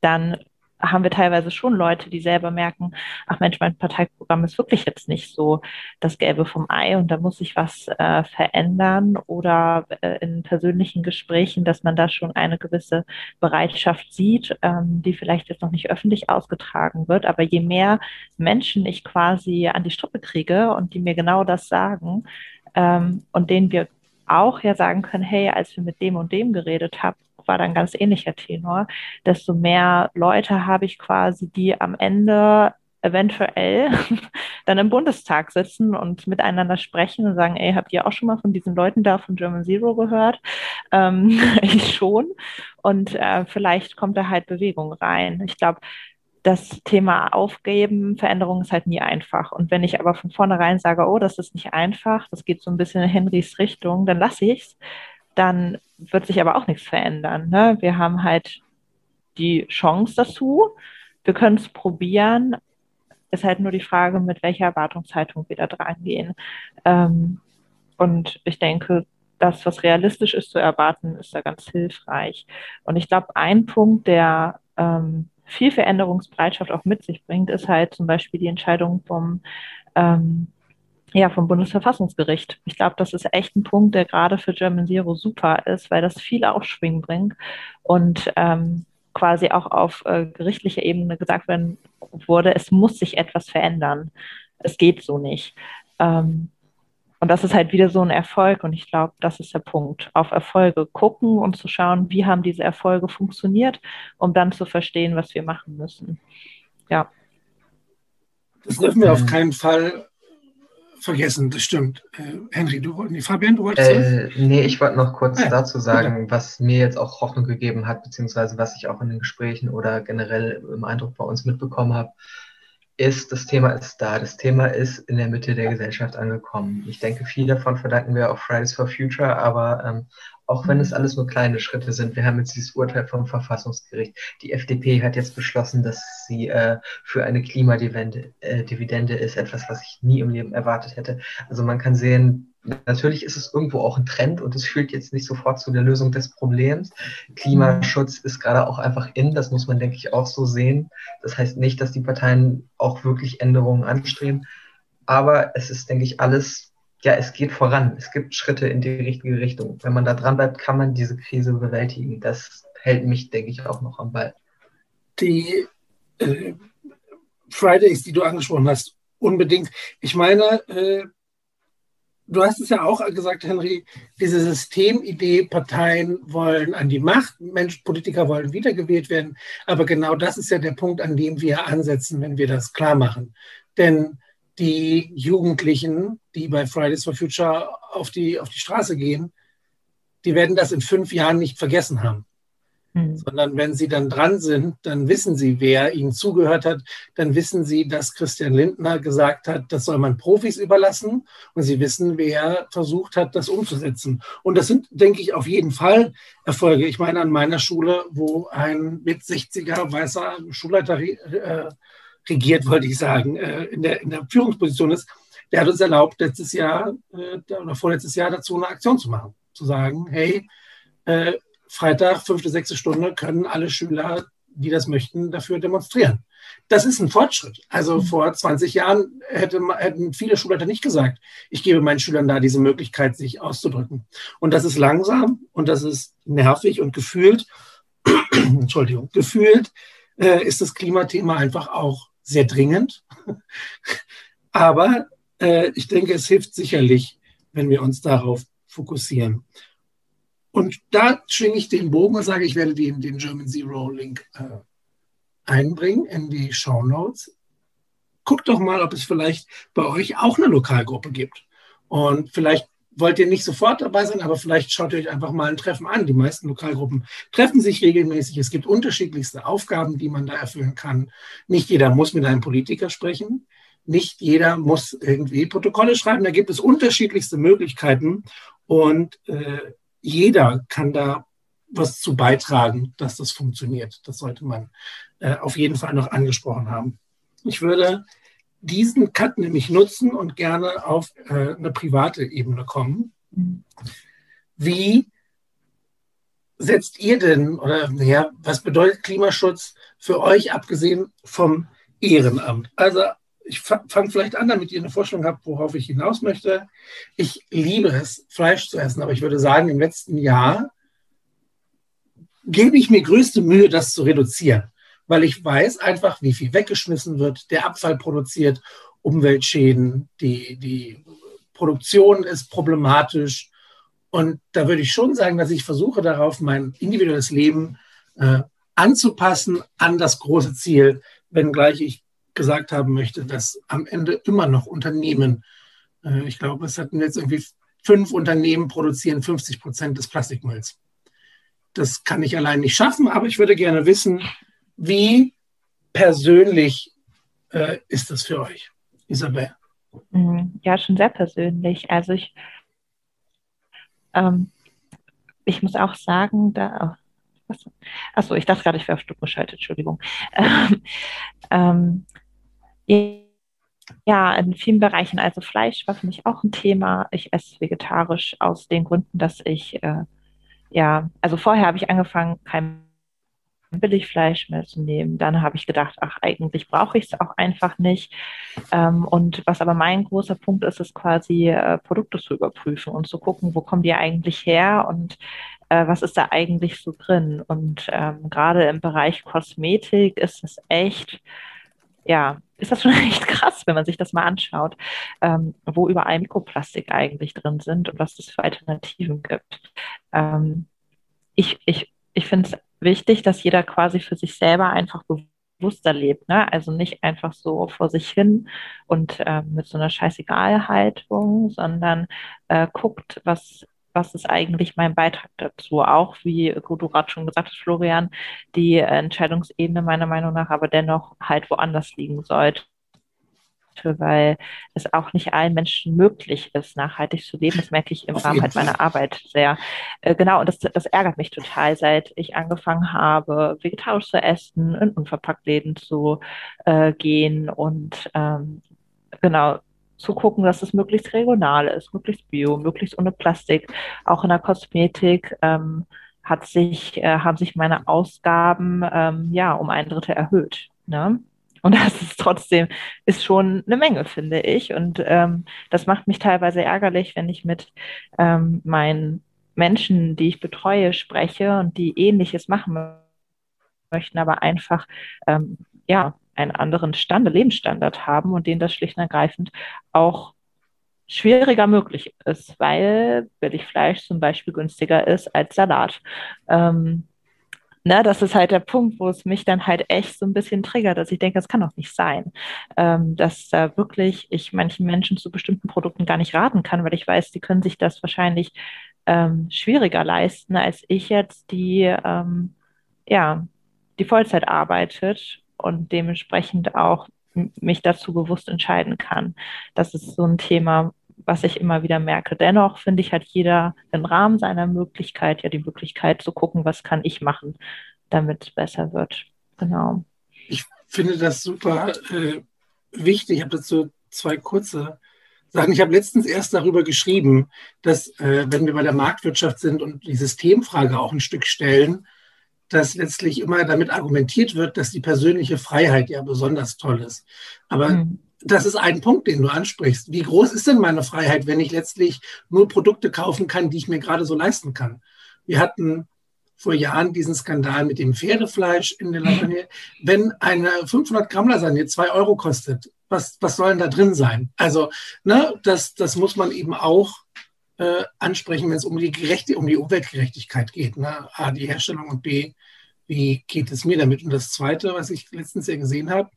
dann haben wir teilweise schon Leute, die selber merken, ach Mensch, mein Parteiprogramm ist wirklich jetzt nicht so das Gelbe vom Ei und da muss sich was äh, verändern, oder äh, in persönlichen Gesprächen, dass man da schon eine gewisse Bereitschaft sieht, ähm, die vielleicht jetzt noch nicht öffentlich ausgetragen wird. Aber je mehr Menschen ich quasi an die Strippe kriege und die mir genau das sagen, ähm, und denen wir auch ja sagen können, hey, als wir mit dem und dem geredet haben, war dann ein ganz ähnlicher Tenor, desto mehr Leute habe ich quasi, die am Ende eventuell dann im Bundestag sitzen und miteinander sprechen und sagen, ey, habt ihr auch schon mal von diesen Leuten da von German Zero gehört? Ähm, ich schon. Und äh, vielleicht kommt da halt Bewegung rein. Ich glaube, das Thema Aufgeben, Veränderung ist halt nie einfach. Und wenn ich aber von vornherein sage, oh, das ist nicht einfach, das geht so ein bisschen in Henrys Richtung, dann lasse ich es. Dann wird sich aber auch nichts verändern. Ne? Wir haben halt die Chance dazu. Wir können es probieren. Ist halt nur die Frage, mit welcher Erwartungshaltung wir da dran gehen. Ähm, und ich denke, das, was realistisch ist zu erwarten, ist da ganz hilfreich. Und ich glaube, ein Punkt, der ähm, viel Veränderungsbereitschaft auch mit sich bringt, ist halt zum Beispiel die Entscheidung vom ähm, Ja, vom Bundesverfassungsgericht. Ich glaube, das ist echt ein Punkt, der gerade für German Zero super ist, weil das viel Aufschwung bringt und ähm, quasi auch auf äh, gerichtlicher Ebene gesagt werden wurde, es muss sich etwas verändern. Es geht so nicht. Ähm, und das ist halt wieder so ein Erfolg und ich glaube, das ist der Punkt. Auf Erfolge gucken und zu schauen, wie haben diese Erfolge funktioniert, um dann zu verstehen, was wir machen müssen. Ja. Das dürfen wir auf keinen Fall vergessen, das stimmt. Äh, Henry, du wolltest, nee, Fabian, du wolltest äh, Nee, ich wollte noch kurz ah, dazu sagen, bitte. was mir jetzt auch Hoffnung gegeben hat, beziehungsweise was ich auch in den Gesprächen oder generell im Eindruck bei uns mitbekommen habe, ist, das Thema ist da. Das Thema ist in der Mitte der Gesellschaft angekommen. Ich denke, viel davon verdanken wir auch Fridays for Future, aber ähm, auch wenn es alles nur kleine Schritte sind, wir haben jetzt dieses Urteil vom Verfassungsgericht. Die F D P hat jetzt beschlossen, dass sie äh, für eine Klimadividende äh, Dividende ist, etwas, was ich nie im Leben erwartet hätte. Also man kann sehen, natürlich ist es irgendwo auch ein Trend und es führt jetzt nicht sofort zu der Lösung des Problems. Klimaschutz ist gerade auch einfach in, das muss man, denke ich, auch so sehen. Das heißt nicht, dass die Parteien auch wirklich Änderungen anstreben, aber es ist, denke ich, alles, ja, es geht voran. Es gibt Schritte in die richtige Richtung. Wenn man da dran bleibt, kann man diese Krise bewältigen. Das hält mich, denke ich, auch noch am Ball. Die äh, Fridays, die du angesprochen hast, unbedingt. Ich meine, äh, du hast es ja auch gesagt, Henry, diese Systemidee, Parteien wollen an die Macht, Menschen, Politiker wollen wiedergewählt werden. Aber genau das ist ja der Punkt, an dem wir ansetzen, wenn wir das klar machen. Denn die Jugendlichen, die bei Fridays for Future auf die, auf die Straße gehen, die werden das in fünf Jahren nicht vergessen haben. Mhm. Sondern wenn sie dann dran sind, dann wissen sie, wer ihnen zugehört hat. Dann wissen sie, dass Christian Lindner gesagt hat, das soll man Profis überlassen. Und sie wissen, wer versucht hat, das umzusetzen. Und das sind, denke ich, auf jeden Fall Erfolge. Ich meine, an meiner Schule, wo ein mit sechziger weißer Schulleiter äh, regiert, wollte ich sagen, äh, in, der, in der Führungsposition ist, der hat uns erlaubt, letztes Jahr äh, oder vorletztes Jahr dazu eine Aktion zu machen. Zu sagen, hey, äh, Freitag, fünfte, sechste Stunde können alle Schüler, die das möchten, dafür demonstrieren. Das ist ein Fortschritt. Also vor zwanzig Jahren hätte, hätten viele Schulleiter nicht gesagt, ich gebe meinen Schülern da diese Möglichkeit, sich auszudrücken. Und das ist langsam und das ist nervig und gefühlt, Entschuldigung, gefühlt äh, ist das Klimathema einfach auch sehr dringend. Aber äh, ich denke, es hilft sicherlich, wenn wir uns darauf fokussieren. Und da schwinge ich den Bogen und sage, ich werde den, den German Zero Link äh, einbringen in die Shownotes. Guckt doch mal, ob es vielleicht bei euch auch eine Lokalgruppe gibt. Und vielleicht wollt ihr nicht sofort dabei sein, aber vielleicht schaut ihr euch einfach mal ein Treffen an. Die meisten Lokalgruppen treffen sich regelmäßig. Es gibt unterschiedlichste Aufgaben, die man da erfüllen kann. Nicht jeder muss mit einem Politiker sprechen. Nicht jeder muss irgendwie Protokolle schreiben. Da gibt es unterschiedlichste Möglichkeiten. Und äh, jeder kann da was zu beitragen, dass das funktioniert. Das sollte man äh, auf jeden Fall noch angesprochen haben. Ich würde diesen Cut nämlich nutzen und gerne auf äh, eine private Ebene kommen. Wie setzt ihr denn, oder ja, was bedeutet Klimaschutz für euch, abgesehen vom Ehrenamt? Also ich fange vielleicht an, damit ihr eine Vorstellung habt, worauf ich hinaus möchte. Ich liebe es, Fleisch zu essen, aber ich würde sagen, im letzten Jahr gebe ich mir größte Mühe, das zu reduzieren, weil ich weiß einfach, wie viel weggeschmissen wird, der Abfall produziert Umweltschäden, die, die Produktion ist problematisch. Und da würde ich schon sagen, dass ich versuche, darauf mein individuelles Leben äh, anzupassen an das große Ziel, wenngleich ich gesagt haben möchte, dass am Ende immer noch Unternehmen, äh, ich glaube, es hatten jetzt irgendwie fünf Unternehmen produzieren fünfzig Prozent des Plastikmülls. Das kann ich allein nicht schaffen, aber ich würde gerne wissen, wie persönlich äh, ist das für euch, Isabel? Ja, schon sehr persönlich. Also ich, ähm, ich muss auch sagen, da, oh, achso, ich dachte gerade, ich wäre auf Stumm geschaltet, Entschuldigung. Ähm, ähm, Ja, in vielen Bereichen. Also Fleisch war für mich auch ein Thema. Ich esse vegetarisch aus den Gründen, dass ich, äh, ja, also vorher habe ich angefangen, kein Billigfleisch mehr zu nehmen. Dann habe ich gedacht, ach, eigentlich brauche ich es auch einfach nicht. Ähm, und was aber mein großer Punkt ist, ist quasi äh, Produkte zu überprüfen und zu gucken, wo kommen die eigentlich her und äh, was ist da eigentlich so drin. Und ähm, gerade im Bereich Kosmetik ist es echt, ja, ist das schon echt krass, wenn man sich das mal anschaut, ähm, wo überall Mikroplastik eigentlich drin sind und was es für Alternativen gibt. Ähm, ich ich, ich finde es wichtig, dass jeder quasi für sich selber einfach bewusster lebt, ne? Also nicht einfach so vor sich hin und ähm, mit so einer Scheißegal-Haltung, sondern äh, guckt, was was ist eigentlich mein Beitrag dazu? Auch, wie du gerade schon gesagt hast, Florian, die Entscheidungsebene meiner Meinung nach aber dennoch halt woanders liegen sollte, weil es auch nicht allen Menschen möglich ist, nachhaltig zu leben. Das merke ich im Auf Rahmen jeden halt Fall. meiner Arbeit sehr. Äh, genau, und das, das ärgert mich total, seit ich angefangen habe, vegetarisch zu essen, in Unverpacktläden zu äh, gehen und ähm, genau zu gucken, dass es möglichst regional ist, möglichst bio, möglichst ohne Plastik. Auch in der Kosmetik ähm, hat sich, äh, haben sich meine Ausgaben ähm, ja um ein Drittel erhöht. Ne? Und das ist trotzdem, ist schon eine Menge, finde ich. Und ähm, das macht mich teilweise ärgerlich, wenn ich mit ähm, meinen Menschen, die ich betreue, spreche und die Ähnliches machen möchten, aber einfach ähm, ja, einen anderen Stand, Lebensstandard haben und denen das schlicht und ergreifend auch schwieriger möglich ist, weil Billigfleisch zum Beispiel günstiger ist als Salat. Ähm, ne, das ist halt der Punkt, wo es mich dann halt echt so ein bisschen triggert, dass ich denke, das kann doch nicht sein, ähm, dass da wirklich ich manchen Menschen zu bestimmten Produkten gar nicht raten kann, weil ich weiß, die können sich das wahrscheinlich ähm, schwieriger leisten als ich jetzt, die ähm, ja, die Vollzeit arbeitet und dementsprechend auch m- mich dazu bewusst entscheiden kann. Das ist so ein Thema, was ich immer wieder merke. Dennoch finde ich, hat jeder im Rahmen seiner Möglichkeit ja die Möglichkeit zu gucken, was kann ich machen, damit es besser wird. Genau. Ich finde das super äh, wichtig. Ich habe dazu zwei kurze Sachen. Ich habe letztens erst darüber geschrieben, dass, äh, wenn wir bei der Marktwirtschaft sind und die Systemfrage auch ein Stück stellen, dass letztlich immer damit argumentiert wird, dass die persönliche Freiheit ja besonders toll ist. Aber Hm. das ist ein Punkt, den du ansprichst. Wie groß ist denn meine Freiheit, wenn ich letztlich nur Produkte kaufen kann, die ich mir gerade so leisten kann? Wir hatten vor Jahren diesen Skandal mit dem Pferdefleisch in der Lasagne. Wenn eine fünfhundert Gramm Lasagne zwei Euro kostet, was, was soll denn da drin sein? Also, ne, das, das muss man eben auch äh, ansprechen, wenn es um die, Gerechte, um die Umweltgerechtigkeit geht. Ne? A, die Herstellung und B, wie geht es mir damit? Und das Zweite, was ich letztens ja gesehen habe,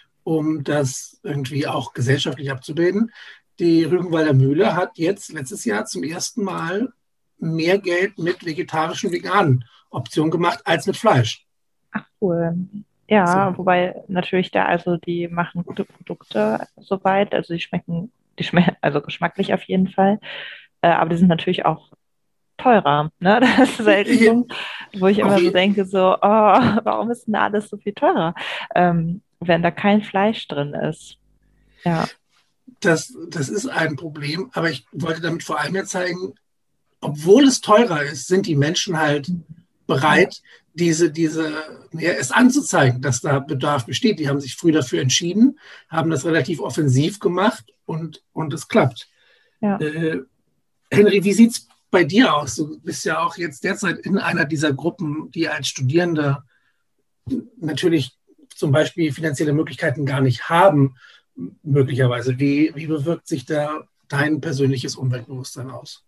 um das irgendwie auch gesellschaftlich abzubilden, die Rügenwalder Mühle hat jetzt letztes Jahr zum ersten Mal mehr Geld mit vegetarischen, veganen Optionen gemacht als mit Fleisch. Ach cool. Ja, So. wobei natürlich da, also die machen gute Produkte soweit, also die schmecken, die schmecken, also geschmacklich auf jeden Fall, äh, aber die sind natürlich auch teurer, ne? Das ist halt ein Punkt, wo ich immer so denke, so, oh, warum ist denn da alles so viel teurer, ähm, wenn da kein Fleisch drin ist? Ja. Das, das ist ein Problem, aber ich wollte damit vor allem ja zeigen, obwohl es teurer ist, sind die Menschen halt bereit, diese, diese, ja, es anzuzeigen, dass da Bedarf besteht. Die haben sich früh dafür entschieden, haben das relativ offensiv gemacht und, und es klappt. Ja. Äh, Henry, wie sieht es bei dir aus? Du bist ja auch jetzt derzeit in einer dieser Gruppen, die als Studierende natürlich zum Beispiel finanzielle Möglichkeiten gar nicht haben, möglicherweise. Wie, wie bewirkt sich da dein persönliches Umweltbewusstsein aus?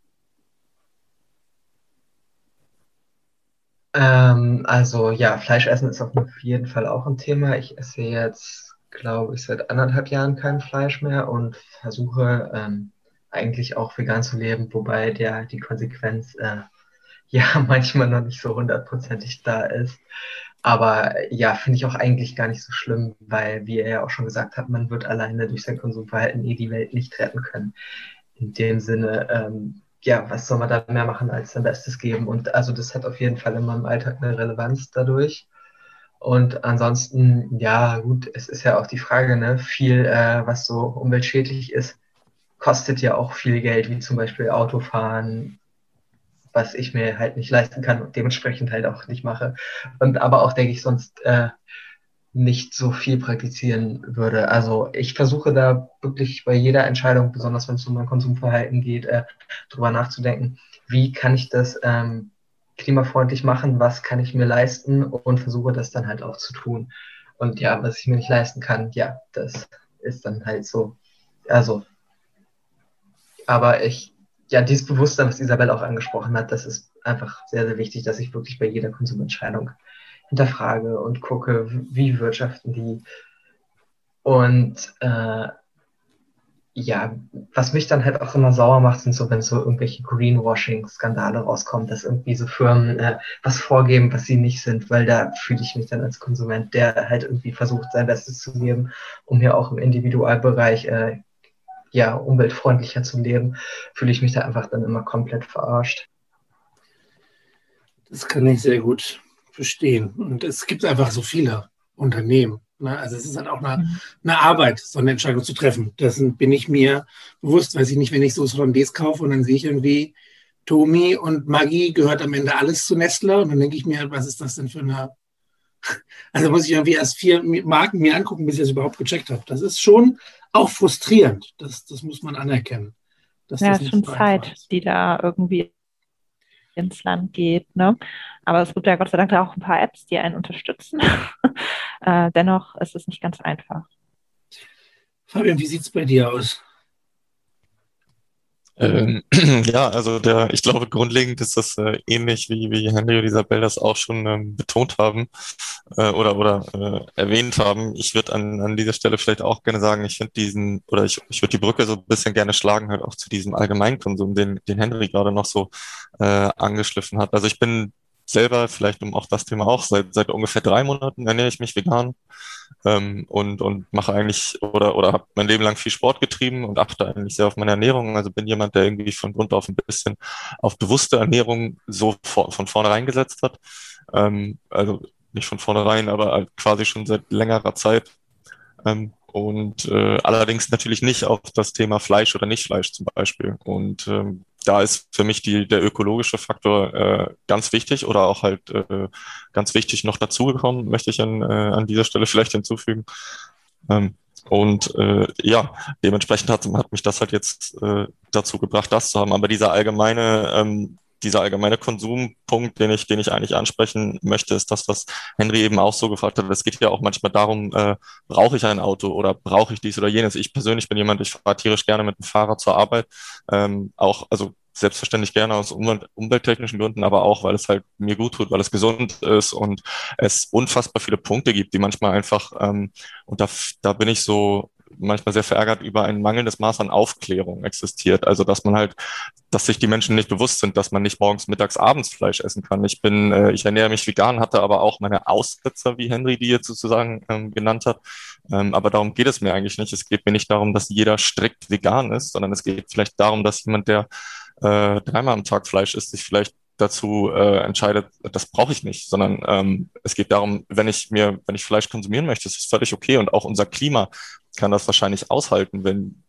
Ähm, also ja, Fleisch essen ist auf jeden Fall auch ein Thema. Ich esse jetzt, glaube ich, seit anderthalb Jahren kein Fleisch mehr und versuche ähm, eigentlich auch vegan zu leben, wobei der die Konsequenz äh, ja manchmal noch nicht so hundertprozentig da ist. Aber ja, finde ich auch eigentlich gar nicht so schlimm, weil, wie er ja auch schon gesagt hat, man wird alleine durch sein Konsumverhalten eh die Welt nicht retten können. In dem Sinne, ähm, ja, was soll man da mehr machen, als sein Bestes geben? Und also das hat auf jeden Fall in meinem Alltag eine Relevanz dadurch. Und ansonsten, ja, gut, es ist ja auch die Frage, ne, viel, äh, was so umweltschädlich ist, kostet ja auch viel Geld, wie zum Beispiel Autofahren, was ich mir halt nicht leisten kann und dementsprechend halt auch nicht mache. Und aber auch, denke ich, sonst äh, nicht so viel praktizieren würde. Also ich versuche da wirklich bei jeder Entscheidung, besonders wenn es um mein Konsumverhalten geht, äh, drüber nachzudenken, wie kann ich das ähm, klimafreundlich machen, was kann ich mir leisten und versuche das dann halt auch zu tun. Und ja, was ich mir nicht leisten kann, ja, das ist dann halt so. Also, aber ich, ja, dieses Bewusstsein, was Isabel auch angesprochen hat, das ist einfach sehr, sehr wichtig, dass ich wirklich bei jeder Konsumentscheidung hinterfrage und gucke, wie wirtschaften die. Und äh, ja, was mich dann halt auch immer sauer macht, sind so, wenn so irgendwelche Greenwashing-Skandale rauskommen, dass irgendwie so Firmen äh, was vorgeben, was sie nicht sind, weil da fühle ich mich dann als Konsument, der halt irgendwie versucht, sein Bestes zu geben, um hier auch im Individualbereich äh, ja, umweltfreundlicher zu leben, fühle ich mich da einfach dann immer komplett verarscht. Das kann ich sehr gut verstehen. Und es gibt einfach so viele Unternehmen. Ne? Also es ist halt auch eine, eine Arbeit, so eine Entscheidung zu treffen. Dessen bin ich mir bewusst, weiß ich nicht, wenn ich so Hollandaise kaufe und dann sehe ich irgendwie, Tomi und Maggi gehört am Ende alles zu Nestle. Und dann denke ich mir, was ist das denn für eine... Also muss ich irgendwie erst vier Marken mir angucken, bis ich das überhaupt gecheckt habe. Das ist schon auch frustrierend. Das, das muss man anerkennen. Dass Ja, das es ist nicht schon so einfach Zeit, ist. die da irgendwie ins Land geht, ne? Aber es gibt ja Gott sei Dank da auch ein paar Apps, die einen unterstützen. äh, dennoch ist es nicht ganz einfach. Fabian, wie sieht es bei dir aus? Ähm, ja, also der, ich glaube, grundlegend ist das äh, ähnlich wie, wie Henry und Isabel das auch schon ähm, betont haben äh, oder, oder äh, erwähnt haben. Ich würde an, an dieser Stelle vielleicht auch gerne sagen, ich finde diesen, oder ich, ich würde die Brücke so ein bisschen gerne schlagen, halt auch zu diesem Allgemeinkonsum, den, den Henry gerade noch so äh, angeschliffen hat. Also ich bin selber, vielleicht um auch das Thema auch, seit, seit ungefähr drei Monaten ernähre ich mich vegan ähm, und, und mache eigentlich oder, oder habe mein Leben lang viel Sport getrieben und achte eigentlich sehr auf meine Ernährung. Also bin jemand, der irgendwie von Grund auf ein bisschen auf bewusste Ernährung so vor, von vornherein gesetzt hat. Ähm, also nicht von vornherein, aber halt quasi schon seit längerer Zeit. Ähm, und äh, allerdings natürlich nicht auf das Thema Fleisch oder Nicht-Fleisch zum Beispiel. Und ähm, da ist für mich die, der ökologische Faktor äh, ganz wichtig oder auch halt äh, ganz wichtig noch dazugekommen, möchte ich an, äh, an dieser Stelle vielleicht hinzufügen. Ähm, und äh, ja, dementsprechend hat, hat mich das halt jetzt äh, dazu gebracht, das zu haben. Aber dieser allgemeine, ähm, dieser allgemeine Konsumpunkt, den ich, den ich eigentlich ansprechen möchte, ist das, was Henry eben auch so gefragt hat. Es geht ja auch manchmal darum, äh, brauche ich ein Auto oder brauche ich dies oder jenes? Ich persönlich bin jemand, ich fahre tierisch gerne mit dem Fahrrad zur Arbeit. Ähm, auch, also selbstverständlich gerne aus umwelt, umwelttechnischen Gründen, aber auch, weil es halt mir gut tut, weil es gesund ist und es unfassbar viele Punkte gibt, die manchmal einfach, ähm, und da, da bin ich so manchmal sehr verärgert über ein mangelndes Maß an Aufklärung existiert. Also, dass man halt, dass sich die Menschen nicht bewusst sind, dass man nicht morgens, mittags, abends Fleisch essen kann. Ich bin, äh, ich ernähre mich vegan, hatte aber auch meine Aussetzer, wie Henry die jetzt sozusagen ähm, genannt hat. Ähm, aber darum geht es mir eigentlich nicht. Es geht mir nicht darum, dass jeder strikt vegan ist, sondern es geht vielleicht darum, dass jemand, der äh, dreimal am Tag Fleisch isst, sich vielleicht dazu äh, entscheidet, das brauche ich nicht, sondern ähm, es geht darum, wenn ich mir, wenn ich Fleisch konsumieren möchte, ist es völlig okay und auch unser Klima kann das wahrscheinlich aushalten, wenn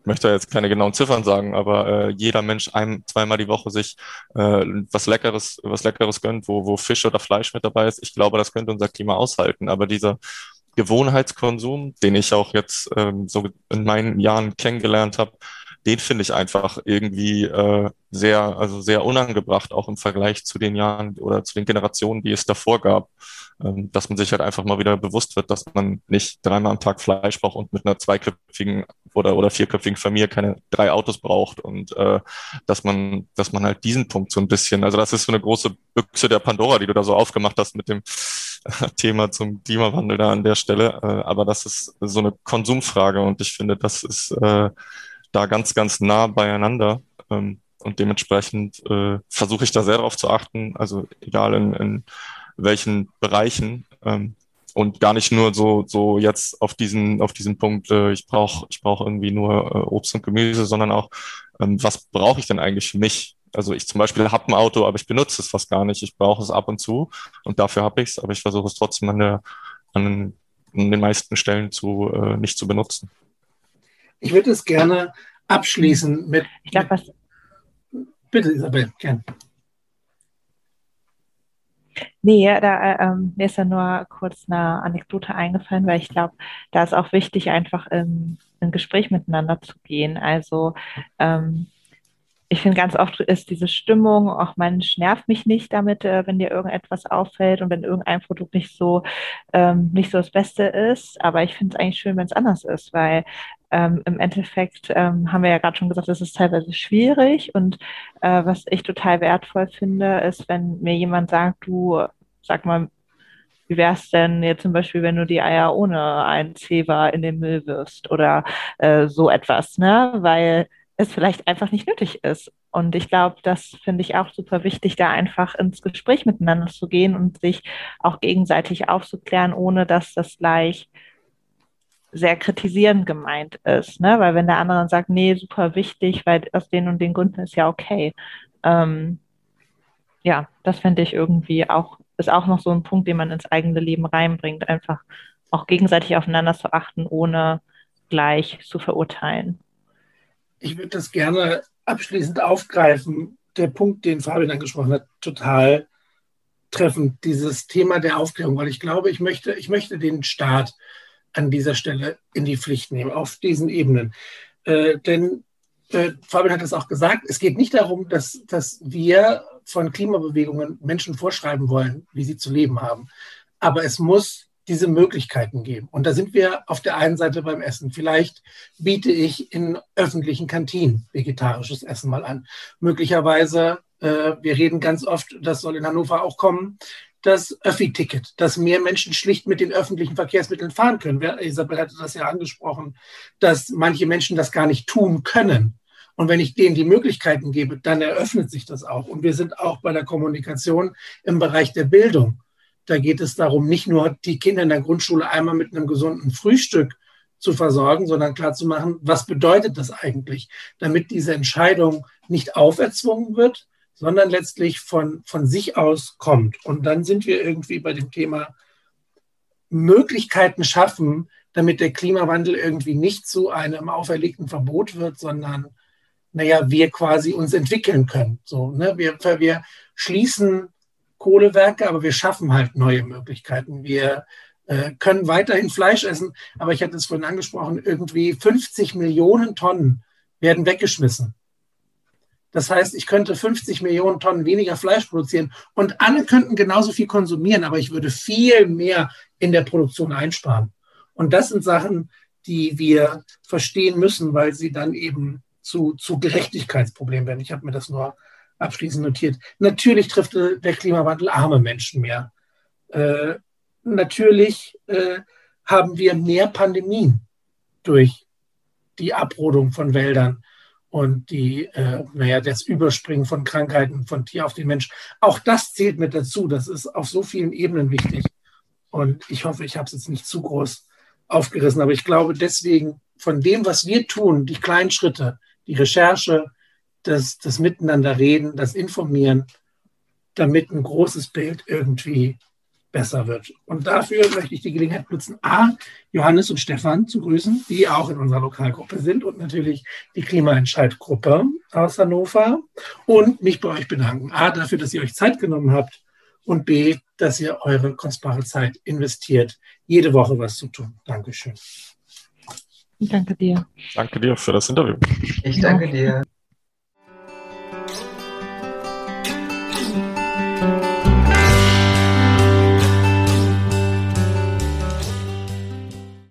möchte jetzt keine genauen Ziffern sagen, aber äh, jeder Mensch ein, zweimal die Woche sich äh, was Leckeres, was Leckeres gönnt, wo, wo Fisch oder Fleisch mit dabei ist, ich glaube, das könnte unser Klima aushalten. Aber dieser Gewohnheitskonsum, den ich auch jetzt ähm, so in meinen Jahren kennengelernt habe, den finde ich einfach irgendwie äh, sehr, also sehr unangebracht, auch im Vergleich zu den Jahren oder zu den Generationen, die es davor gab. Ähm, dass man sich halt einfach mal wieder bewusst wird, dass man nicht dreimal am Tag Fleisch braucht und mit einer zweiköpfigen oder, oder vierköpfigen Familie keine drei Autos braucht und äh, dass man, dass man halt diesen Punkt so ein bisschen, also das ist so eine große Büchse der Pandora, die du da so aufgemacht hast mit dem Thema zum Klimawandel da an der Stelle, äh, aber das ist so eine Konsumfrage und ich finde, das ist äh, da ganz, ganz nah beieinander. Ähm, und dementsprechend äh, versuche ich da sehr darauf zu achten, also egal in, in welchen Bereichen ähm, und gar nicht nur so so jetzt auf diesen auf diesen Punkt, äh, ich brauche ich brauche irgendwie nur äh, Obst und Gemüse, sondern auch, ähm, was brauche ich denn eigentlich für mich? Also ich zum Beispiel habe ein Auto, aber ich benutze es fast gar nicht. Ich brauche es ab und zu und dafür habe ich es, aber ich versuche es trotzdem an, der, an, an den meisten Stellen zu äh, nicht zu benutzen. Ich würde es gerne abschließen mit... Ich glaube, was... Bitte, Isabel, gern. Nee, da, äh, ähm, mir ist ja nur kurz eine Anekdote eingefallen, weil ich glaube, da ist auch wichtig, einfach in ein Gespräch miteinander zu gehen. Also ähm, ich finde, ganz oft ist diese Stimmung, auch Mensch, nervt mich nicht damit, äh, wenn dir irgendetwas auffällt und wenn irgendein Produkt nicht so, ähm, nicht so das Beste ist. Aber ich finde es eigentlich schön, wenn es anders ist, weil ähm, im Endeffekt ähm, haben wir ja gerade schon gesagt, es ist teilweise schwierig. Und äh, was ich total wertvoll finde, ist, wenn mir jemand sagt, du, sag mal, wie wär's denn jetzt zum Beispiel, wenn du die Eier ohne einen Zewa in den Müll wirfst oder äh, so etwas, ne? Weil es vielleicht einfach nicht nötig ist. Und ich glaube, das finde ich auch super wichtig, da einfach ins Gespräch miteinander zu gehen und sich auch gegenseitig aufzuklären, ohne dass das gleich sehr kritisierend gemeint ist, ne? Weil wenn der andere dann sagt, nee, super wichtig, weil aus den und den Gründen ist ja okay. Ähm, ja, das finde ich irgendwie auch, ist auch noch so ein Punkt, den man ins eigene Leben reinbringt, einfach auch gegenseitig aufeinander zu achten, ohne gleich zu verurteilen. Ich würde das gerne abschließend aufgreifen. Der Punkt, den Fabian angesprochen hat, total treffend, dieses Thema der Aufklärung, weil ich glaube, ich möchte, ich möchte den Staat an dieser Stelle in die Pflicht nehmen, auf diesen Ebenen. Äh, denn äh, Fabian hat es auch gesagt, es geht nicht darum, dass, dass wir von Klimabewegungen Menschen vorschreiben wollen, wie sie zu leben haben. Aber es muss diese Möglichkeiten geben. Und da sind wir auf der einen Seite beim Essen. Vielleicht biete ich in öffentlichen Kantinen vegetarisches Essen mal an. Möglicherweise, äh, wir reden ganz oft, das soll in Hannover auch kommen, das Öffi-Ticket, dass mehr Menschen schlicht mit den öffentlichen Verkehrsmitteln fahren können. Isabel hatte das ja angesprochen, dass manche Menschen das gar nicht tun können. Und wenn ich denen die Möglichkeiten gebe, dann eröffnet sich das auch. Und wir sind auch bei der Kommunikation im Bereich der Bildung. Da geht es darum, nicht nur die Kinder in der Grundschule einmal mit einem gesunden Frühstück zu versorgen, sondern klarzumachen, was bedeutet das eigentlich, damit diese Entscheidung nicht auferzwungen wird, sondern letztlich von, von sich aus kommt. Und dann sind wir irgendwie bei dem Thema Möglichkeiten schaffen, damit der Klimawandel irgendwie nicht zu einem auferlegten Verbot wird, sondern, naja, wir quasi uns entwickeln können. So, ne? wir, wir schließen Kohlewerke, aber wir schaffen halt neue Möglichkeiten. Wir äh, können weiterhin Fleisch essen, aber ich hatte es vorhin angesprochen, irgendwie fünfzig Millionen Tonnen werden weggeschmissen. Das heißt, ich könnte fünfzig Millionen Tonnen weniger Fleisch produzieren und alle könnten genauso viel konsumieren, aber ich würde viel mehr in der Produktion einsparen. Und das sind Sachen, die wir verstehen müssen, weil sie dann eben zu, zu Gerechtigkeitsproblemen werden. Ich habe mir das nur abschließend notiert. Natürlich trifft der Klimawandel arme Menschen mehr. Äh, natürlich äh, haben wir mehr Pandemien durch die Abrodung von Wäldern und die, äh, naja, das Überspringen von Krankheiten von Tier auf den Mensch. Auch das zählt mit dazu. Das ist auf so vielen Ebenen wichtig. Und ich hoffe, ich habe es jetzt nicht zu groß aufgerissen, aber ich glaube deswegen von dem, was wir tun, die kleinen Schritte, die Recherche, Das, das Miteinanderreden, das Informieren, damit ein großes Bild irgendwie besser wird. Und dafür möchte ich die Gelegenheit nutzen, A, Johannes und Stefan zu grüßen, die auch in unserer Lokalgruppe sind und natürlich die Klimaentscheid-Gruppe aus Hannover und mich bei euch bedanken. A, dafür, dass ihr euch Zeit genommen habt und B, dass ihr eure kostbare Zeit investiert, jede Woche was zu tun. Dankeschön. Danke dir. Danke dir für das Interview. Ich danke dir. Ja.